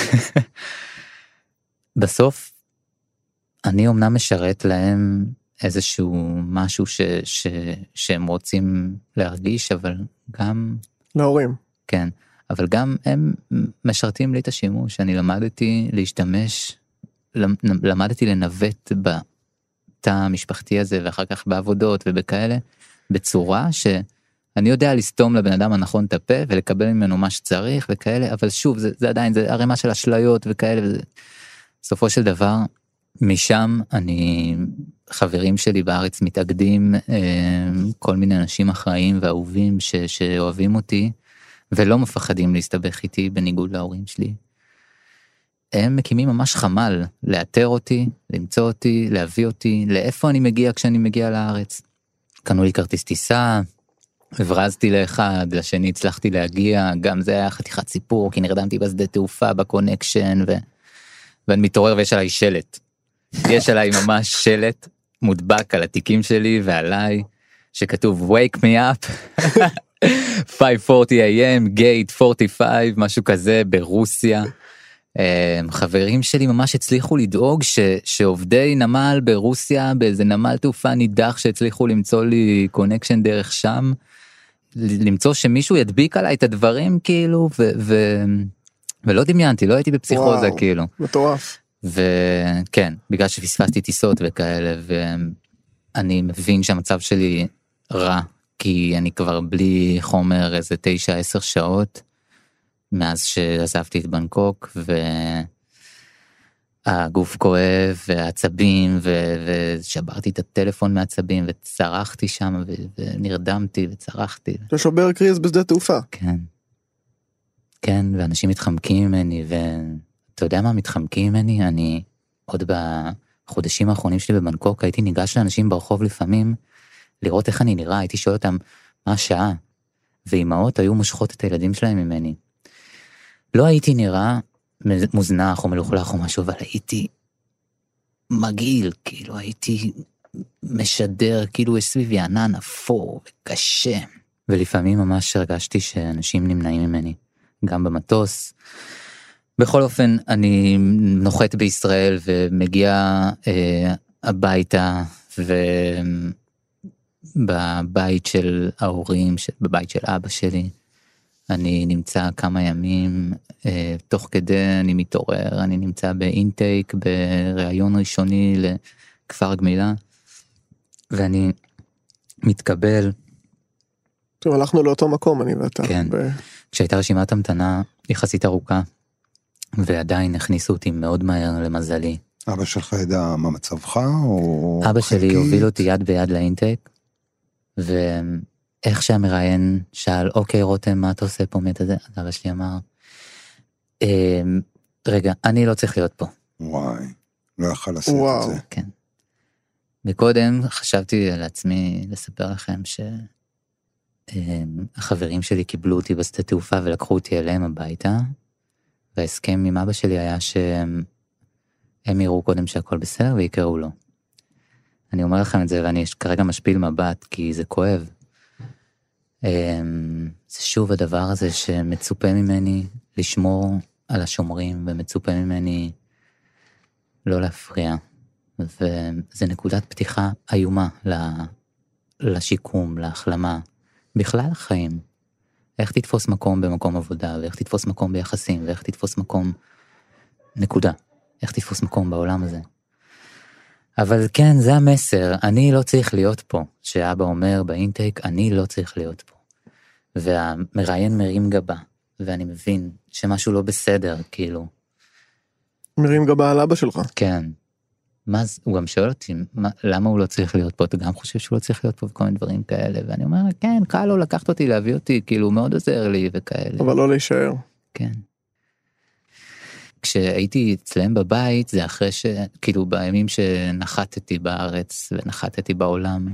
בסוף, אני אומנם משרת להם איזשהו משהו שהם רוצים להרגיש, אבל גם... להורים. כן, אבל גם הם משרתים לי את השימוש, אני למדתי להשתמש, למדתי לנווט בתא המשפחתי הזה, ואחר כך בעבודות ובכאלה, בצורה שאני יודע לסתום לבן אדם הנכון את הפה, ולקבל ממנו מה שצריך וכאלה, אבל שוב, זה עדיין, זה הרמה של אשליות וכאלה, בסופו של דבר, משם חברים שלי בארץ מתאגדים, כל מיני אנשים אחראיים ואהובים שאוהבים אותי, ולא מפחדים להסתבך איתי בניגוד להורים שלי. הם מקימים ממש חמ"ל, לאתר אותי, למצוא אותי, להביא אותי, לאיפה אני מגיע כשאני מגיע לארץ. קנו לי כרטיס טיסה, הברזתי לאחד, לשני הצלחתי להגיע, גם זה היה חתיכת סיפור, כי נרדמתי בשדה תעופה, בקונקשן, ואני מתעורר ויש עליי שלט. יש עליי ממש שלט מודבק על התיקים שלי ועליי, שכתוב wake me up, 5:40 AM, גייט 45, משהו כזה ברוסיה. חברים שלי ממש הצליחו לדאוג שעובדי נמל ברוסיה, באיזה נמל תעופה נידח שהצליחו למצוא לי קונקשן דרך שם, למצוא שמישהו ידביק עליי את הדברים כאילו, ולא דמיינתי, לא הייתי בפסיכוזה כאילו. מטורף. וכן, בגלל שפספסתי טיסות וכאלה, ואני מבין שהמצב שלי רע, כי אני כבר בלי חומר איזה 9-10 שעות, מאז שעזבתי את בנקוק, והגוף כואב, והעצבים, ושברתי את הטלפון מהעצבים, וצרחתי שם, ונרדמתי, וצרחתי. אתה שובר קריז בשדה תעופה. כן. כן, ואנשים מתחמקים ממני, ואתה יודע מה מתחמקים ממני? אני עוד בחודשים האחרונים שלי בבנקוק, הייתי ניגש לאנשים ברחוב לפעמים, לראות איך אני נראה, הייתי שואל אותם מה השעה, ואימהות היו מושכות את הילדים שלהם ממני. לא הייתי נראה מוזנח או מלוכלך או משהו, אבל הייתי מגעיל, כאילו הייתי משדר, כאילו יש סביבי ענן אפור וקשה, ולפעמים ממש הרגשתי שאנשים נמנעים ממני, גם במטוס. בכל אופן, אני נוחת בישראל ומגיע הביתה, בבית של ההורים, בבית של אבא שלי, אני נמצא כמה ימים, תוך כדי אני מתעורר, אני נמצא באינטייק, בראיון ראשוני לכפר גמילה, ואני מתקבל. טוב, הלכנו לאותו מקום, אני ואתה. כן, כשהייתה רשימת המתנה יחסית ארוכה, ועדיין הכניסו אותי מאוד מהר למזלי. אבא שלך ידע מה מצבך, או... אבא שלי הוביל אותי יד ביד לאינטייק, ואיך שהמראיין שאל, אוקיי רותם, מה אתה עושה פה? אז אבא שלי אמר, רגע, אני לא צריך להיות פה. וואי, לא יכל לעשות את זה. כן. וקודם חשבתי לעצמי לספר לכם שהחברים שלי קיבלו אותי בשדה תעופה ולקחו אותי אליהם הביתה, וההסכם עם אבא שלי היה שהם יראו קודם שהכל בסדר ויקראו לו. אני אומר לכם את זה ואני כרגע משפיל מבט כי זה כואב. זה שוב הדבר הזה שמצופה ממני לשמור על השומרים ומצופה ממני לא להפריע. וזה נקודת פתיחה איומה לשיקום, להחלמה. בכלל החיים. איך תתפוס מקום במקום עבודה, ואיך תתפוס מקום ביחסים, ואיך תתפוס מקום נקודה. איך תתפוס מקום בעולם הזה. אבל כן, זה המסר, אני לא צריך להיות פה. שאבא אומר באינטייק, אני לא צריך להיות פה. והמראיין מרים גבה, ואני מבין שמשהו לא בסדר, כאילו. מרים גבה על אבא שלך. כן. הוא גם שואל אותי, למה הוא לא צריך להיות פה? אתה גם חושב שהוא לא צריך להיות פה וכל מיני דברים כאלה, ואני אומר, כן, קל לו לקחת אותי, להביא אותי, כאילו, מאוד עוזר לי וכאלה. אבל לא להישאר. כן. כשהייתי אצלם בבית, זה אחרי כאילו, בימים שנחתתי בארץ, ונחתתי בעולם,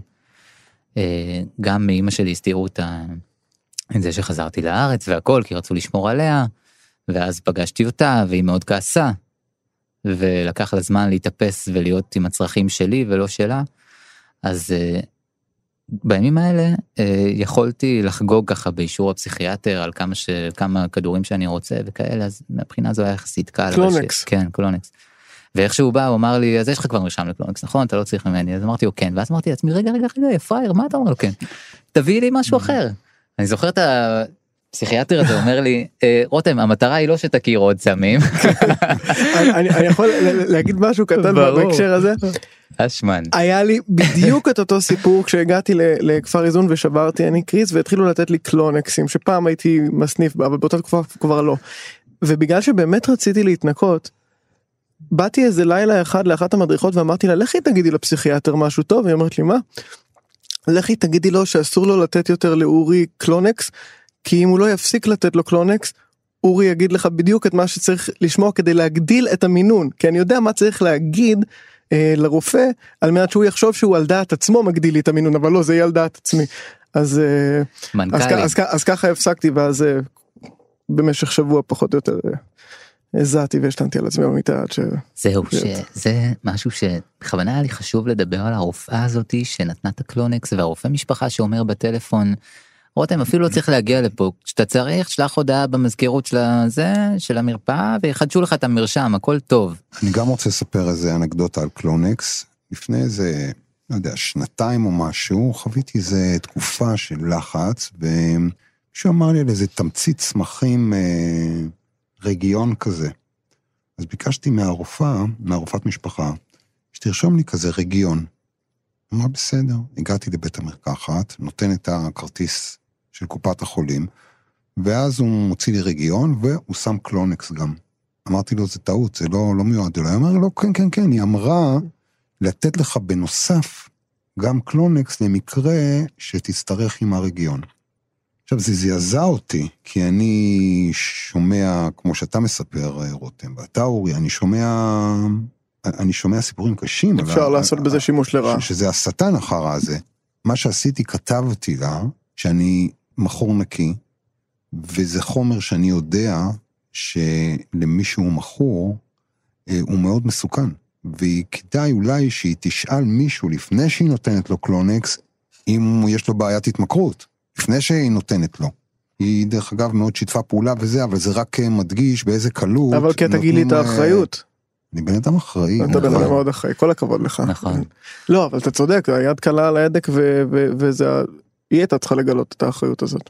גם מאמא שלי הסתירו את זה שחזרתי לארץ והכל, כי רצו לשמור עליה, ואז פגשתי אותה, והיא מאוד כעסה, ולקח לה זמן להתאפס ולהיות עם הצרכים שלי ולא שלה, אז בימים האלה יכולתי לחגוג ככה באישור הפסיכיאטר על כמה כדורים שאני רוצה וכאלה, אז מבחינה זו היה יחסית קל. קלונקס. כן, קלונקס. ואיך שהוא בא, הוא אמר לי, אז יש לך כבר מרשם לקלונקס, נכון? אתה לא צריך ממני. אז אמרתי לו, כן. ואז אמרתי לעצמי, רגע, פרייר, מה אתה אומר לו? כן. תביא לי משהו אחר. אני זוכר את הפסיכיאטר הזה, אומר לי, רותם, המטרה היא לא שתכיר עוד סמים. אני יכול להגיד משהו קטן בהקשר הזה? אשמן. היה לי בדיוק את אותו סיפור כשהגעתי לכפר איזון ושברתי אני קריס והתחילו לתת לי קלונקסים שפעם הייתי מסניף בה אבל באותה תקופה כבר לא. ובגלל שבאמת רציתי להתנקות, באתי איזה לילה אחד לאחת המדריכות ואמרתי לה, לכי תגידי לפסיכיאטר משהו טוב, והיא אומרת לי מה? לכי תגידי לו שאסור לו לתת יותר לאורי קלונקס, כי אם הוא לא יפסיק לתת לו קלונקס, אורי יגיד לך בדיוק את מה שצריך לשמוע כדי להגדיל את המינון, כי אני יודע מה צריך להגיד לרופא, על מנת שהוא יחשוב שהוא על דעת עצמו מגדיל לי את המינון, אבל לא, זה יהיה על דעת עצמי. אז ככה הפסקתי, ואז במשך שבוע פחות או יותר הזעתי והשתנתי על עצמי במיטה. זהו, שזה משהו שבכוונה היה לי חשוב לדבר על הרופאה הזאת שנתנה את הקלונקס, והרופא משפחה שאומר בטלפון, רותם, אפילו לא צריך להגיע לפה, כשאתה צריך, שלח הודעה במזכירות של המרפאה, ויחדשו לך את המרשם, הכל טוב. אני גם רוצה לספר איזה אנקדוטה על קלונקס, לפני איזה, לא יודע, שנתיים או משהו, חוויתי איזה תקופה של לחץ, ומישהו אמר לי על איזה תמצית צמחים רגיון כזה. אז ביקשתי מהרופאת משפחה, שתרשום לי כזה רגיון. אמרה בסדר, הגעתי לבית המרקחת, נותן את הכרטיס של קופת החולים, ואז הוא מוציא לי רגיון, והוא שם קלונקס גם. אמרתי לו, זה טעות, זה לא מיועד אליי. הוא אמר לו, כן, היא אמרה לתת לך בנוסף גם קלונקס למקרה שתצטרך עם הרגיון. עכשיו, זה זעזע אותי, כי אני שומע, כמו שאתה מספר, רותם, ואתה אורי, אני שומע סיפורים קשים. אפשר לעשות בזה שימוש לרעה. שזה השטן אחר הזה. מה שעשיתי, כתבתי לה, שאני מכור נקי, וזה חומר שאני יודע שלמישהו מכור, הוא מאוד מסוכן. וכדאי אולי שהיא תשאל מישהו לפני שהיא נותנת לו קלונקס, אם יש לו בעיית התמכרות, לפני שהיא נותנת לו. היא דרך אגב מאוד שיתפה פעולה וזה, אבל זה רק מדגיש באיזה קלות. אבל כי תגיד לי את האחריות. אני בן אדם אחראי. אתה בן אדם מאוד אחראי, כל הכבוד לך. נכון. לא, אבל אתה צודק, היד קלה על ההדק, וזה, היא הייתה צריכה לגלות את האחריות הזאת.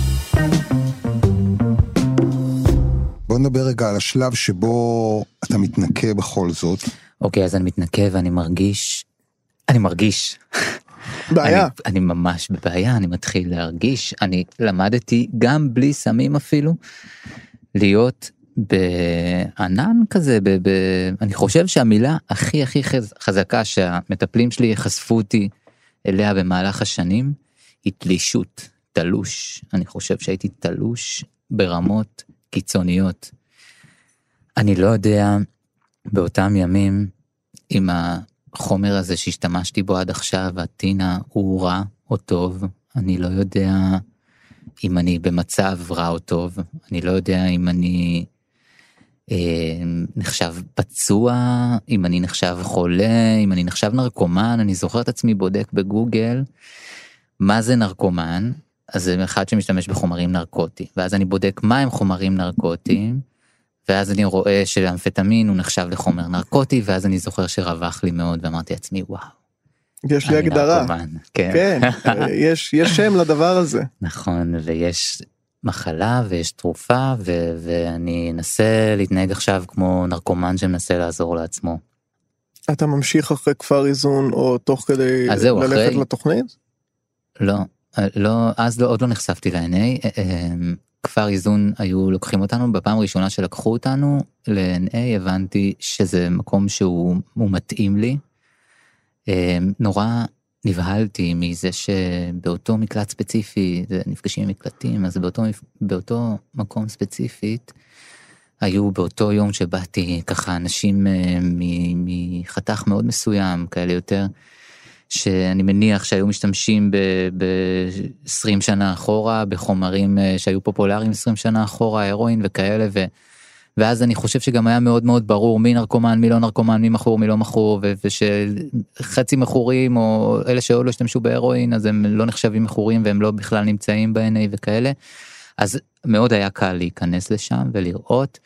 בוא נדבר רגע על השלב שבו אתה מתנקה בכל זאת. אוקיי, אז אני מתנקה ואני מרגיש. בעיה. אני ממש בבעיה, אני מתחיל להרגיש, אני למדתי גם בלי סמים אפילו, להיות בענן כזה, אני חושב שהמילה הכי חזקה שהמטפלים שלי חשפו אותי אליה במהלך השנים, היא תלישות, תלוש. אני חושב שהייתי תלוש ברמות קיצוניות. אני לא יודע באותם ימים אם החומר הזה שהשתמשתי בו עד עכשיו, הטינה, הוא רע או טוב. אני לא יודע אם אני במצב רע או טוב. אני לא יודע אם אני נחשב פצוע, אם אני נחשב חולה, אם אני נחשב נרקומן. אני זוכר את עצמי בודק בגוגל מה זה נרקומן, אז זה אחד שמשתמש בחומרים נרקוטיים, ואז אני בודק מה הם חומרים נרקוטיים, ואז אני רואה שאמפטמין הוא נחשב לחומר נרקוטי, ואז אני זוכר שרווח לי מאוד, ואמרתי לעצמי, וואו, יש לי הגדרה. כן, יש שם לדבר הזה. נכון, ויש מחלה ויש תרופה, ואני אנסה להתנהג עכשיו כמו נרקומן שמנסה לעזור לעצמו. אתה ממשיך אחרי כפר איזון, או תוך כדי ללכת לתוכנית? לא, אז עוד לא נחשפתי ל-NA. כפר איזון היו לוקחים אותנו, בפעם הראשונה שלקחו אותנו ל-NA, הבנתי שזה מקום שהוא מתאים לי. נורא נבהלתי מזה שבאותו מקלט ספציפי, נפגשים עם מקלטים, אז באותו מקום ספציפית, היו באותו יום שבאתי ככה אנשים מחתך מאוד מסוים, כאלה יותר, שאני מניח שהיו משתמשים ב-20 שנה אחורה, בחומרים שהיו פופולריים 20 שנה אחורה, הרואין וכאלה, ואז אני חושב שגם היה מאוד מאוד ברור מי נרקומן, מי לא נרקומן, מי מכור, מי לא מכור, ושחצי מכורים, או אלה שעוד לא השתמשו בהרואין, אז הם לא נחשבים מכורים, והם לא בכלל נמצאים ב-NA וכאלה. אז מאוד היה קל להיכנס לשם ולראות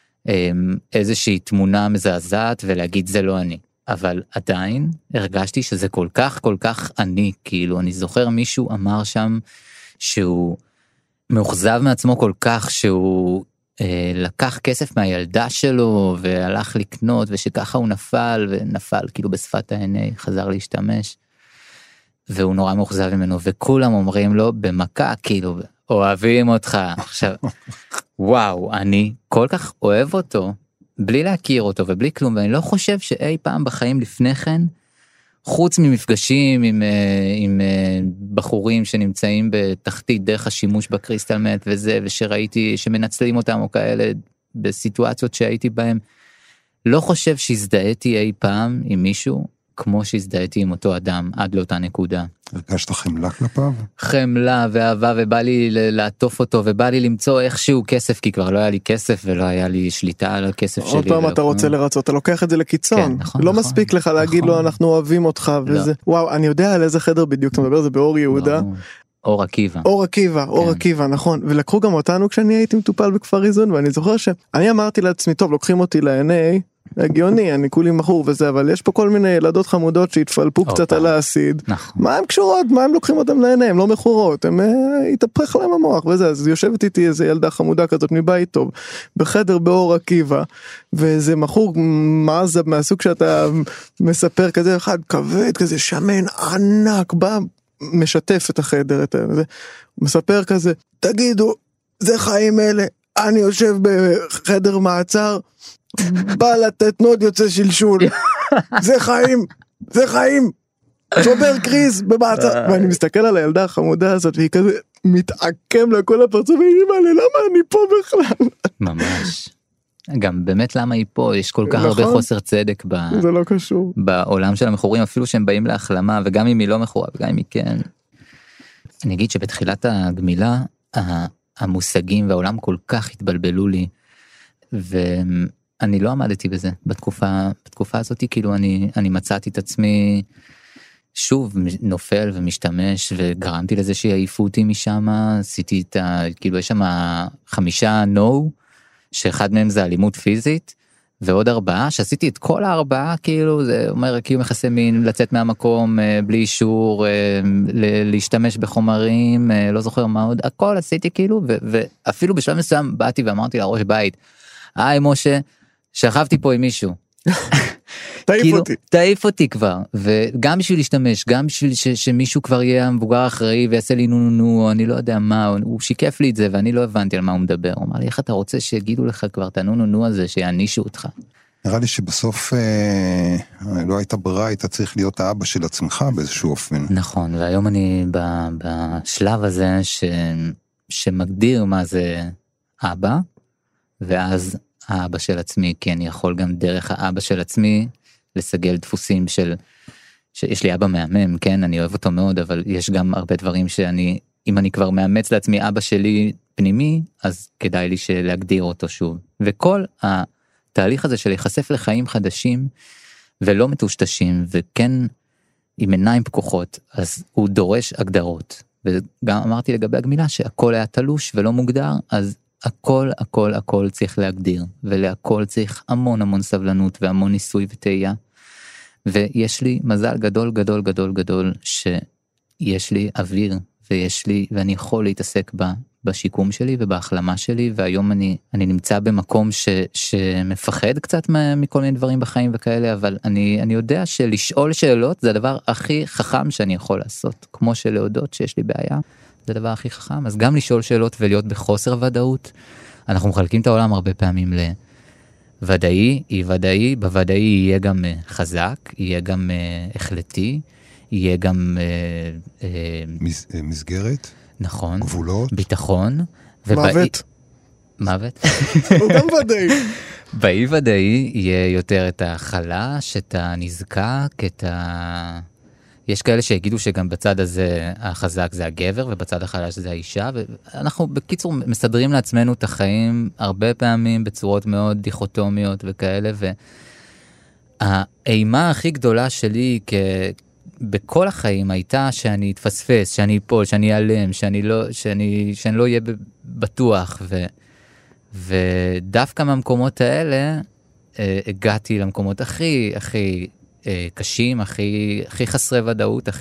איזושהי תמונה מזעזעת, ולהגיד זה לא אני. אבל עדיין הרגשתי שזה כל כך אני, כאילו אני זוכר מישהו אמר שם שהוא מאוכזב מעצמו כל כך, שהוא לקח כסף מהילדה שלו והלך לקנות, ושככה הוא ונפל כאילו בשפת ה-NA, חזר להשתמש, והוא נורא מאוכזב ממנו, וכולם אומרים לו במכה, כאילו אוהבים אותך. עכשיו, וואו, אני כל כך אוהב אותו, בלי להכיר אותו ובלי כלום, ואני לא חושב שאי פעם בחיים לפני כן, חוץ ממפגשים עם בחורים שנמצאים בתחתית דרך השימוש בקריסטל מט וזה, ושראיתי שמנצלים אותם או כאלה בסיטואציות שהייתי בהם, לא חושב שהזדהיתי אי פעם עם מישהו, כמו שהזדהיתי עם אותו אדם עד לאותה נקודה. הרגשת חמלה כלפיו? חמלה ואהבה, ובא לי לעטוף אותו, ובא לי למצוא איכשהו כסף, כי כבר לא היה לי כסף, ולא היה לי שליטה על הכסף שלי. עוד פעם אתה רוצה לרצות, אתה לוקח את זה לקיצון. כן, נכון, לא נכון, מספיק לך להגיד נכון. לו, אנחנו אוהבים אותך, וזה. לא. וואו, אני יודע על איזה חדר בדיוק, אתה מדבר, זה באור יהודה. אור עקיבא. אור עקיבא, נכון. ולקחו גם אותנו כשאני הייתי מטופל בכפר איזון, ואני זוכר שאני אמרתי לעצמי, טוב, לוקחים אותי ל-NA, הגיוני, אני כולי מכור וזה, אבל יש פה כל מיני ילדות חמודות שהתפלפו קצת על האסיד. מה הם קשורות? מה הם לוקחים אותם לעיני? הם לא מכורות, הם התהפך להם המוח וזה. אז יושבת איתי איזה ילדה חמודה כזאת מבית טוב, בחדר באור עקיבא, ואיזה מכור מעזב מהסוג שאתה מספר כזה אחד כבד, כזה שמן ענק, בא משתף את החדר, מספר כזה, תגידו, זה חיים אלה, אני יושב בחדר מעצר, בא לתת נוד יוצא שלשול, זה חיים, שובר קריס במעצר, ואני מסתכל על הילדה החמודה הזאת, והיא כזה מתעקם לכל הפרצוף, והיא אמרה, למה אני פה בכלל? ממש. גם באמת למה היא פה, יש כל כך הרבה חוסר צדק זה לא קשור. בעולם של המכורים, אפילו שהם באים להחלמה, וגם אם היא לא מכורה, וגם אם היא כן. אני אגיד שבתחילת הגמילה, המושגים והעולם כל כך התבלבלו לי, ואני לא עמדתי בזה בתקופה הזאת, כאילו אני מצאתי את עצמי שוב נופל ומשתמש, וגרמתי לזה שיעיפו אותי משם, עשיתי כאילו יש שם 5 no, שאחד מהם זה אלימות פיזית, ועוד 4, שעשיתי את כל 4, כאילו זה אומר כאילו מכסה מין, לצאת מהמקום בלי אישור, להשתמש בחומרים, לא זוכר מה עוד, הכל עשיתי כאילו, ואפילו בשלב מסוים באתי ואמרתי לראש בית, היי משה, שכבתי פה עם מישהו. תעיף אותי כבר, וגם בשביל להשתמש, גם בשביל שמישהו כבר יהיה המבוגר אחראי ויעשה לי נו, אני לא יודע מה, הוא שיקף לי את זה ואני לא הבנתי על מה הוא מדבר, הוא אמר לי, איך אתה רוצה שיגידו לך כבר את הנו הזה, שיענישו אותך? נראה לי שבסוף לא הייתה ברירה, היית צריך להיות האבא של עצמך באיזשהו אופן. נכון, והיום אני בשלב הזה שמגדיר מה זה אבא, ואז האבא של עצמי, כי אני יכול גם דרך האבא של עצמי לסגל דפוסים שיש לי אבא מהמם, כן, אני אוהב אותו מאוד, אבל יש גם הרבה דברים אם אני כבר מאמץ לעצמי אבא שלי פנימי, אז כדאי לי להגדיר אותו שוב. וכל התהליך הזה של להיחשף לחיים חדשים, ולא מטושטשים, וכן עם עיניים פקוחות, אז הוא דורש הגדרות. וגם אמרתי לגבי הגמילה, שהכל היה תלוש ולא מוגדר, אז הכל צריך להגדיר, ולהכל צריך המון סבלנות, והמון ניסוי וטעייה, ויש לי מזל גדול גדול גדול גדול שיש לי אוויר ואני יכול להתעסק בשיקום שלי ובהחלמה שלי, והיום אני נמצא במקום שמפחד קצת מכל מיני דברים בחיים וכאלה, אבל אני יודע שלשאול שאלות זה הדבר הכי חכם שאני יכול לעשות, כמו שלהודות שיש לי בעיה, זה הדבר הכי חכם. אז גם לשאול שאלות ולהיות בחוסר ודאות. אנחנו מחלקים את העולם הרבה פעמים לוודאי, אי ודאי, בוודאי יהיה גם חזק, יהיה גם החלטי, יהיה גם מסגרת, נכון, גבולות, ביטחון, מוות. הוא גם ודאי. באי ודאי יהיה יותר את החלש, את הנזקק, יש כאלה שיגידו שגם בצד הזה החזק זה הגבר, ובצד החלש זה האישה, ואנחנו בקיצור מסדרים לעצמנו את החיים הרבה פעמים בצורות מאוד דיכוטומיות וכאלה, והאימה הכי גדולה שלי בכל החיים הייתה שאני אתפספס, שאני אפול, שאני אעלם, שאני לא אהיה בטוח, ודווקא מהמקומות האלה הגעתי למקומות הכי קשים, הכי חסרי ודאות,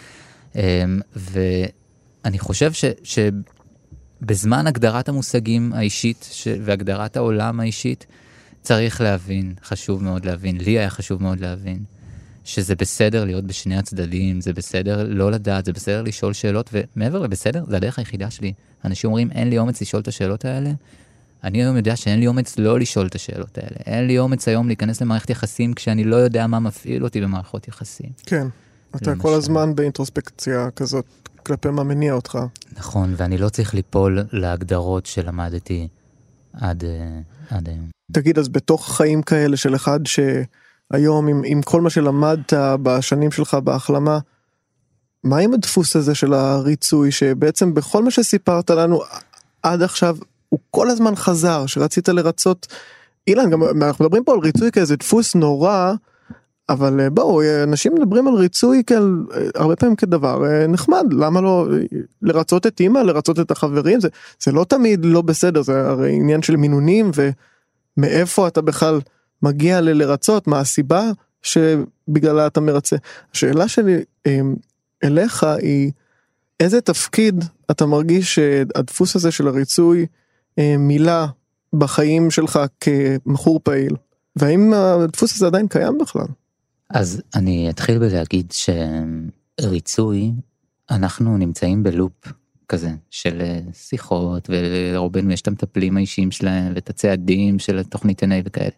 ואני חושב שבזמן הגדרת המושגים האישית והגדרת העולם האישית, צריך להבין, חשוב מאוד להבין, לי היה חשוב מאוד להבין, שזה בסדר להיות בשני הצדדים, זה בסדר לא לדעת, זה בסדר לשאול שאלות, ומעבר לבסדר, זה הדרך היחידה שלי. אנשים אומרים, אין לי אומץ לשאול את השאלות האלה, אני היום יודע שאין לי אומץ לא לשאול את השאלות האלה. אין לי אומץ היום להיכנס למערכת יחסים כשאני לא יודע מה מפעיל אותי במערכות יחסים. כן, אתה כל הזמן באינטרוספקציה כזאת כלפי מה מניע אותך. נכון, ואני לא צריך ליפול להגדרות שלמדתי עד היום. תגיד, אז בתוך חיים כאלה של אחד שהיום עם כל מה שלמדת בשנים שלך בהחלמה, מה עם הדפוס הזה של הריצוי שבעצם בכל מה שסיפרת לנו עד עכשיו הוא כל הזמן חזר, שרצית לרצות, אילן, גם אנחנו מדברים פה על ריצוי כאיזה דפוס נורא, אבל בואו, אנשים מדברים על ריצוי הרבה פעמים כדבר נחמד, למה לא לרצות את אמא, לרצות את החברים, זה לא תמיד לא בסדר, זה הרי עניין של מינונים, ומאיפה אתה בכלל מגיע לרצות, מה הסיבה שבגללה אתה מרצה. השאלה שלי אליך היא, איזה תפקיד אתה מרגיש שהדפוס הזה של הריצוי מילה בחיים שלך כמחור פעיל, והאם הדפוס הזה עדיין קיים בכלל? אז אני אתחיל בלהגיד שריצוי, אנחנו נמצאים בלופ כזה של שיחות, ולרובנו יש את המטפלים האישיים שלהם, ואת הצעדים של התוכנית עיני וכאלה.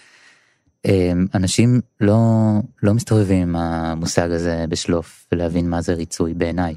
אנשים לא מסתובבים עם המושג הזה בשלוף, ולהבין מה זה ריצוי בעיניי.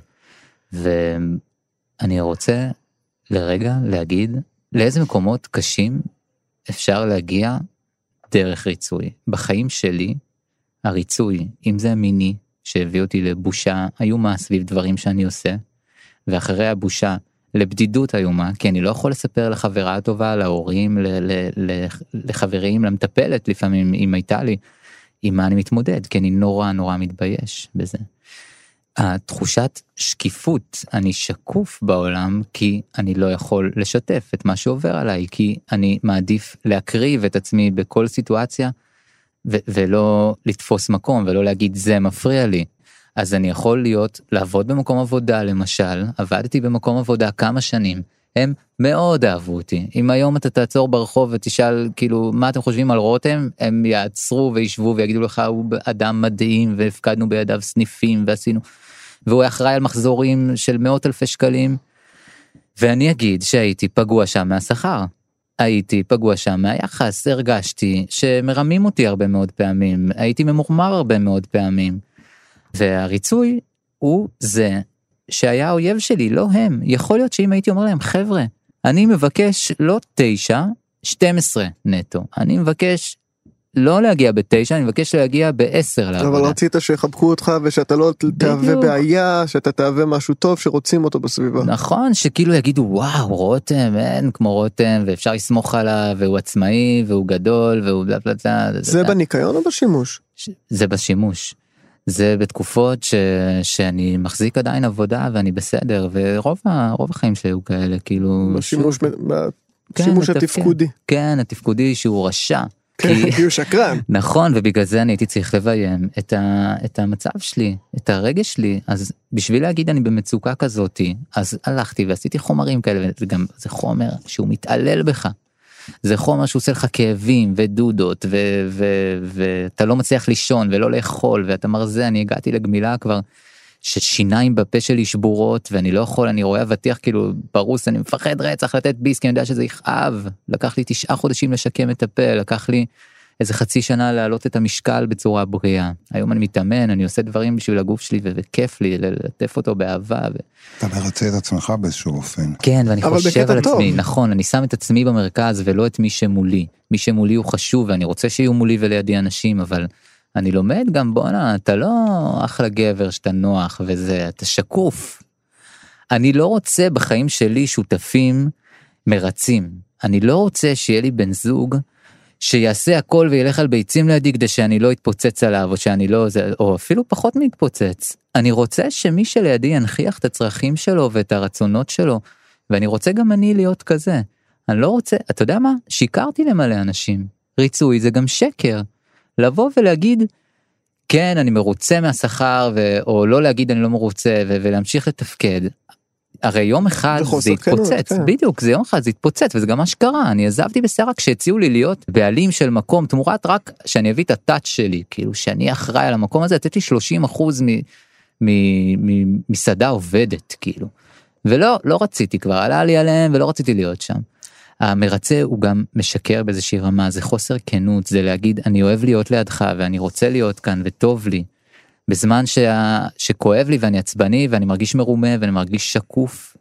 ואני רוצה לרגע להגיד לאיזה מקומות קשים אפשר להגיע דרך ריצוי. בחיים שלי, הריצוי, אם זה מיני שהביא אותי לבושה איומה סביב דברים שאני עושה, ואחרי הבושה לבדידות איומה, כי אני לא יכול לספר לחברה הטובה, להורים, לחברים, למטפלת לפעמים, אם הייתה לי, עם מה אני מתמודד, כי אני נורא מתבייש בזה. התחושת שקיפות, אני שקוף בעולם, כי אני לא יכול לשתף את מה שעובר עליי, כי אני מעדיף להקריב את עצמי בכל סיטואציה, ולא לתפוס מקום, ולא להגיד זה מפריע לי. אז אני יכול לעבוד במקום עבודה, למשל, עבדתי במקום עבודה כמה שנים, הם מאוד אהבו אותי. אם היום אתה תעצור ברחוב ותשאל, כאילו, מה אתם חושבים על רותם? הם יעצרו וישבו ויגידו לך, הוא אדם מדהים, והפקדנו בידיו סניפים ועשינו, והוא אחראי על מחזורים של מאות אלפי שקלים, ואני אגיד שהייתי פגוע שם מהשכר, הייתי פגוע שם מהיחס, הרגשתי שמרמים אותי הרבה מאוד פעמים, הייתי ממורמר הרבה מאוד פעמים, והריצוי הוא זה שהיה האויב שלי, לא הם. יכול להיות שאם הייתי אומר להם, חבר'ה, אני מבקש לא 9, 12 נטו. אני מבקש לא להגיע ב9, אני מבקש להגיע ב10 לעבודה. אבל רצית שיחבקו אותך ושאתה לא תהווה בעיה, שאתה תהווה משהו טוב שרוצים אותו בסביבה. נכון, שכאילו יגידו, וואו, רותם, אין כמו רותם, ואפשר לסמוך עליו, והוא עצמאי, והוא גדול, והוא בלה בלה בלה. זה בניקיון או בשימוש? זה בשימוש. זה בתקופות שאני מחזיק עדיין עבודה ואני בסדר, ורוב החיים שלי הוא כאלה, כאילו... בשימוש התפקודי. כן, התפקודי שהוא רשע, כי הוא שקרן. נכון, ובגלל זה אני הייתי צריך לביים את המצב שלי, את הרגש שלי, אז בשביל להגיד אני במצוקה כזאת, אז הלכתי ועשיתי חומרים כאלה, וגם זה חומר שהוא מתעלל בך, זה חומר שהוא עושה לך כאבים ודודות, ואתה לא מצליח לישון ולא לאכול, ואתה מרזה, אני הגעתי לגמילה כבר, ששיניים בפה שלי שבורות, ואני לא יכול, אני רואה אבטיח כאילו פרוס, אני מפחד רצח לתת ביס, כי אני יודע שזה יכאב, לקח לי 9 חודשים לשקם את הפה, לקח לי איזה חצי שנה להעלות את המשקל בצורה בריאה, היום אני מתאמן, אני עושה דברים בשביל הגוף שלי, וכיף לי ללטף אותו באהבה. אתה מרצה את עצמך באיזשהו אופן. כן, ואני חושב על עצמי, נכון, אני שם את עצמי במרכז, ולא את מי שמולי, מי שמולי הוא חשוב, ואני רוצה שיהיו מולי ולידי אנשים, אבל אני לומד גם, בואנה, אתה לא אחלה גבר שאתה נוח וזה, אתה שקוף. אני לא רוצה בחיים שלי שותפים מרצים. אני לא רוצה שיהיה לי בן זוג שיעשה הכל וילך על ביצים לידי כדי שאני לא אתפוצץ עליו, או שאני לא, או אפילו פחות מתפוצץ. אני רוצה שמי שלידי ינחיח את הצרכים שלו ואת הרצונות שלו, ואני רוצה גם אני להיות כזה. אני לא רוצה, אתה יודע מה? שיקרתי למלא אנשים. ריצוי זה גם שקר. לבוא ולהגיד, כן, אני מרוצה מהשכר, או לא להגיד אני לא מרוצה, ולהמשיך לתפקד. הרי יום אחד זה התפוצץ, בדיוק, זה יום אחד זה התפוצץ, וזה גם מה שקרה, אני עזבתי בסערה כשהציעו לי להיות בעלים של מקום, תמורת רק שאני אביא את הטאץ' שלי, כאילו שאני אחראי על המקום הזה, לתת לי 30% מסעדה עובדת, כאילו. ולא, לא רציתי כבר, עלה לי עליהם, ולא רציתי להיות שם. המרצה הוא גם משקר באיזושהי רמה, זה חוסר כנות, זה להגיד אני אוהב להיות לידך ואני רוצה להיות כאן וטוב לי, בזמן שכואב לי ואני עצבני ואני מרגיש מרומה ואני מרגיש שקוף.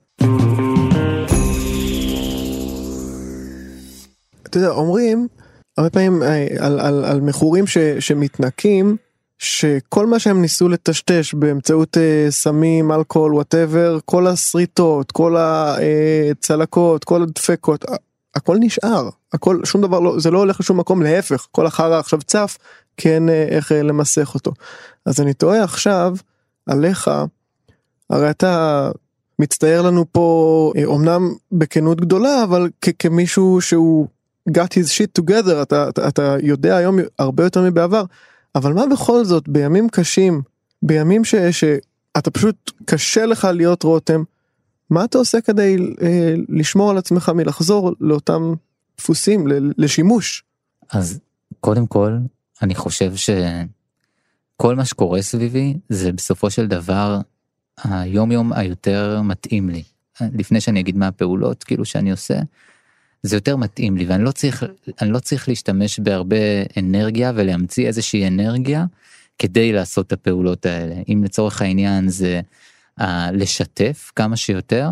אתה יודע, אומרים הרבה פעמים על מכורים שמתנקים, שכל מה שהם ניסו לטשטש באמצעות סמים, אלכוהול, whatever, כל הסריטות, כל הצלקות, כל הדפקות, הכל נשאר, הכל, שום דבר לא, זה לא הולך לשום מקום, להפך, כל החרא עכשיו צף, כן, איך למסך אותו. אז אני תוהה עכשיו עליך, הרי אתה מצטייר לנו פה, אומנם בכנות גדולה, אבל כמישהו שהוא got his shit together, אתה יודע היום הרבה יותר מבעבר, אבל מה בכל זאת, בימים קשים, בימים שאתה פשוט קשה לך להיות רותם, מה אתה עושה כדי לשמור על עצמך מלחזור לאותם דפוסים, לשימוש? אז קודם כל, אני חושב שכל מה שקורה סביבי, זה בסופו של דבר, היום יום היותר מתאים לי. לפני שאני אגיד מה הפעולות, כאילו שאני עושה, זה יותר מתאים לי, ואני לא צריך להשתמש בהרבה אנרגיה, ולהמציא איזושהי אנרגיה, כדי לעשות את הפעולות האלה. אם לצורך העניין זה לשתף כמה שיותר,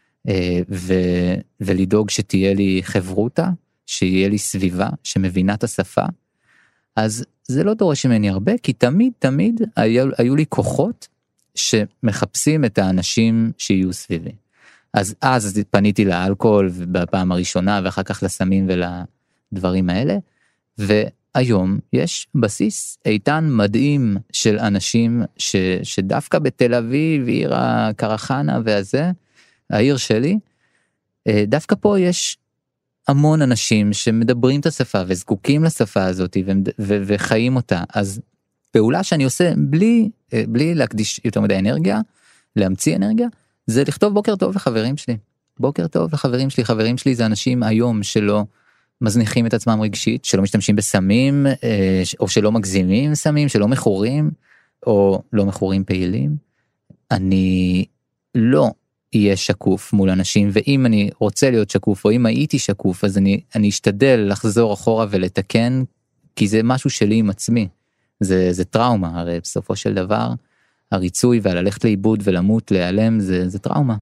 ולדאוג שתהיה לי חברותה, שיהיה לי סביבה, שמבינה את השפה, אז זה לא דורש ממני הרבה, כי תמיד היו לי כוחות, שמחפשים את האנשים שיהיו סביבי. אז פניתי לאלכוהול בפעם הראשונה, ואחר כך לסמים ולדברים האלה, והיום יש בסיס איתן מדהים של אנשים, שדווקא בתל אביב, עיר הקרחנה והזה, העיר שלי, דווקא פה יש המון אנשים שמדברים את השפה, וזקוקים לשפה הזאת, וחיים אותה. אז פעולה שאני עושה בלי להקדיש יותר מדי אנרגיה, להמציא אנרגיה, זה לכתוב בוקר טוב לחברים שלי. בוקר טוב לחברים שלי. חברים שלי זה אנשים היום שלא מזניחים את עצמם רגשית, שלא משתמשים בסמים, או שלא מגזימים סמים, שלא מכורים, או לא מכורים פעילים. אני לא אהיה שקוף מול אנשים, ואם אני רוצה להיות שקוף, או אם הייתי שקוף, אז אני אשתדל לחזור אחורה ולתקן, כי זה משהו שלי עם עצמי. זה טראומה, הרי בסופו של דבר, הריצוי והללכת לאיבוד ולמות, להיעלם, זה טראומה.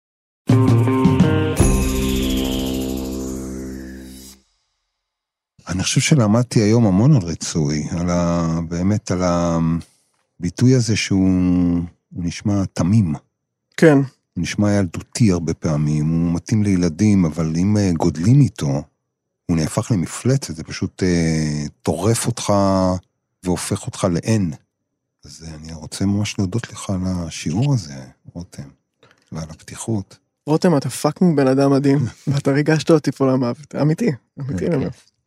אני חושב שלמדתי היום המון על ריצוי, באמת על הביטוי הזה שהוא נשמע תמים. כן. הוא נשמע ילדותי הרבה פעמים, הוא מתאים לילדים, אבל אם גודלים איתו, הוא נהפך למפלצת, זה פשוט טורף אותך והופך אותך לאין. אז אני רוצה ממש להודות לך על השיעור הזה, רותם, ועל הפתיחות. רותם, אתה פאקינג בן אדם מדהים, ואתה ריגשת אותי פה למוות, אמיתי.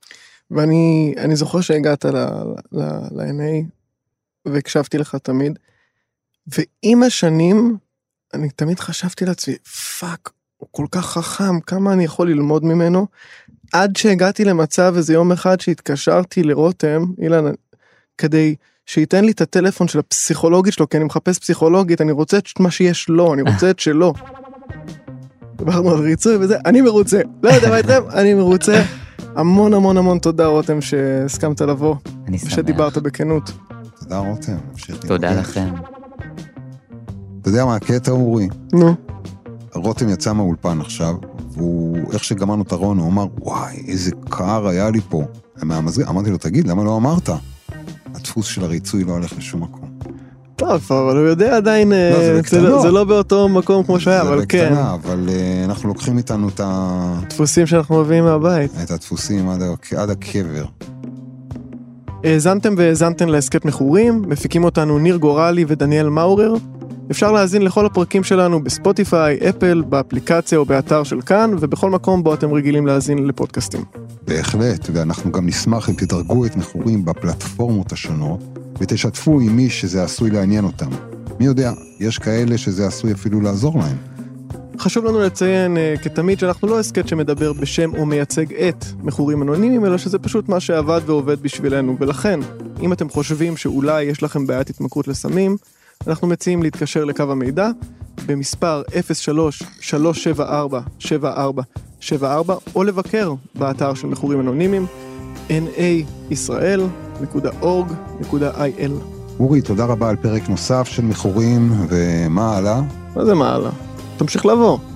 ואני זוכר שהגעת ל-NA, והקשבתי לך תמיד, ועם השנים, אני תמיד חשבתי לעצמי, פאק, הוא כל כך חכם, כמה אני יכול ללמוד ממנו, עד שהגעתי למצב איזה יום אחד שהתקשרתי לרותם, אילן, כדי שייתן לי את הטלפון של הפסיכולוגית שלו, כי אני מחפש פסיכולוגית, אני רוצה את מה שיש לו, אני רוצה את שלו. דיברנו על ריצוי וזה, אני מרוצה, לא יודע מה איתכם, אני מרוצה. המון המון המון תודה רותם שהסכמת לבוא. אני שמח. ושדיברת בכנות. תודה רותם. תודה לכם. אתה יודע מה הקטע אורי? נו. רותם יצא מהאולפן עכשיו, והוא, איך שגמרנו את הרון, הוא אמר, וואי, איזה קר היה לי פה. אמרתי לו, תגיד, למה לא אמרת? הדפוס של הריצוי לא הולך לשום מקום. טוב, אבל הוא יודע עדיין, זה לא באותו מקום כמו שהיה, אבל כן. זה בקטנה, אבל אנחנו לוקחים איתנו את הדפוסים שאנחנו מביאים מהבית. את הדפוסים עד הקבר. האזנתם והאזנתם להסכת מכורים, מפיקים אותנו ניר גורלי ודניאל מאורר. אפשר להאזין לכל הפרקים שלנו בספוטיפיי, אפל, באפליקציה או באתר של כאן, ובכל מקום בו אתם רגילים להאזין לפודקאסטים. בהחלט, ואנחנו גם נשמח אם תדרגו את מכורים בפלטפורמות השונות, ותשתפו עם מי שזה עשוי לעניין אותם. מי יודע, יש כאלה שזה עשוי אפילו לעזור להם. חשוב לנו לציין כתמיד שאנחנו לא הסכת שמדבר בשם או מייצג את מכורים אנונימיים, אלא שזה פשוט מה שעבד ועובד בשבילנו, ולכן, אם אתם חושבים שאולי יש לכם בעיית התמכרות לסמים, אנחנו מציעים להתקשר לקו המידע במספר 03-374-7474 או לבקר באתר של מכורים אנונימיים naisrael.org.il. אורי, תודה רבה על פרק נוסף של מכורים, ומה הלאה? מה זה מה הלאה? תמשיך לבוא.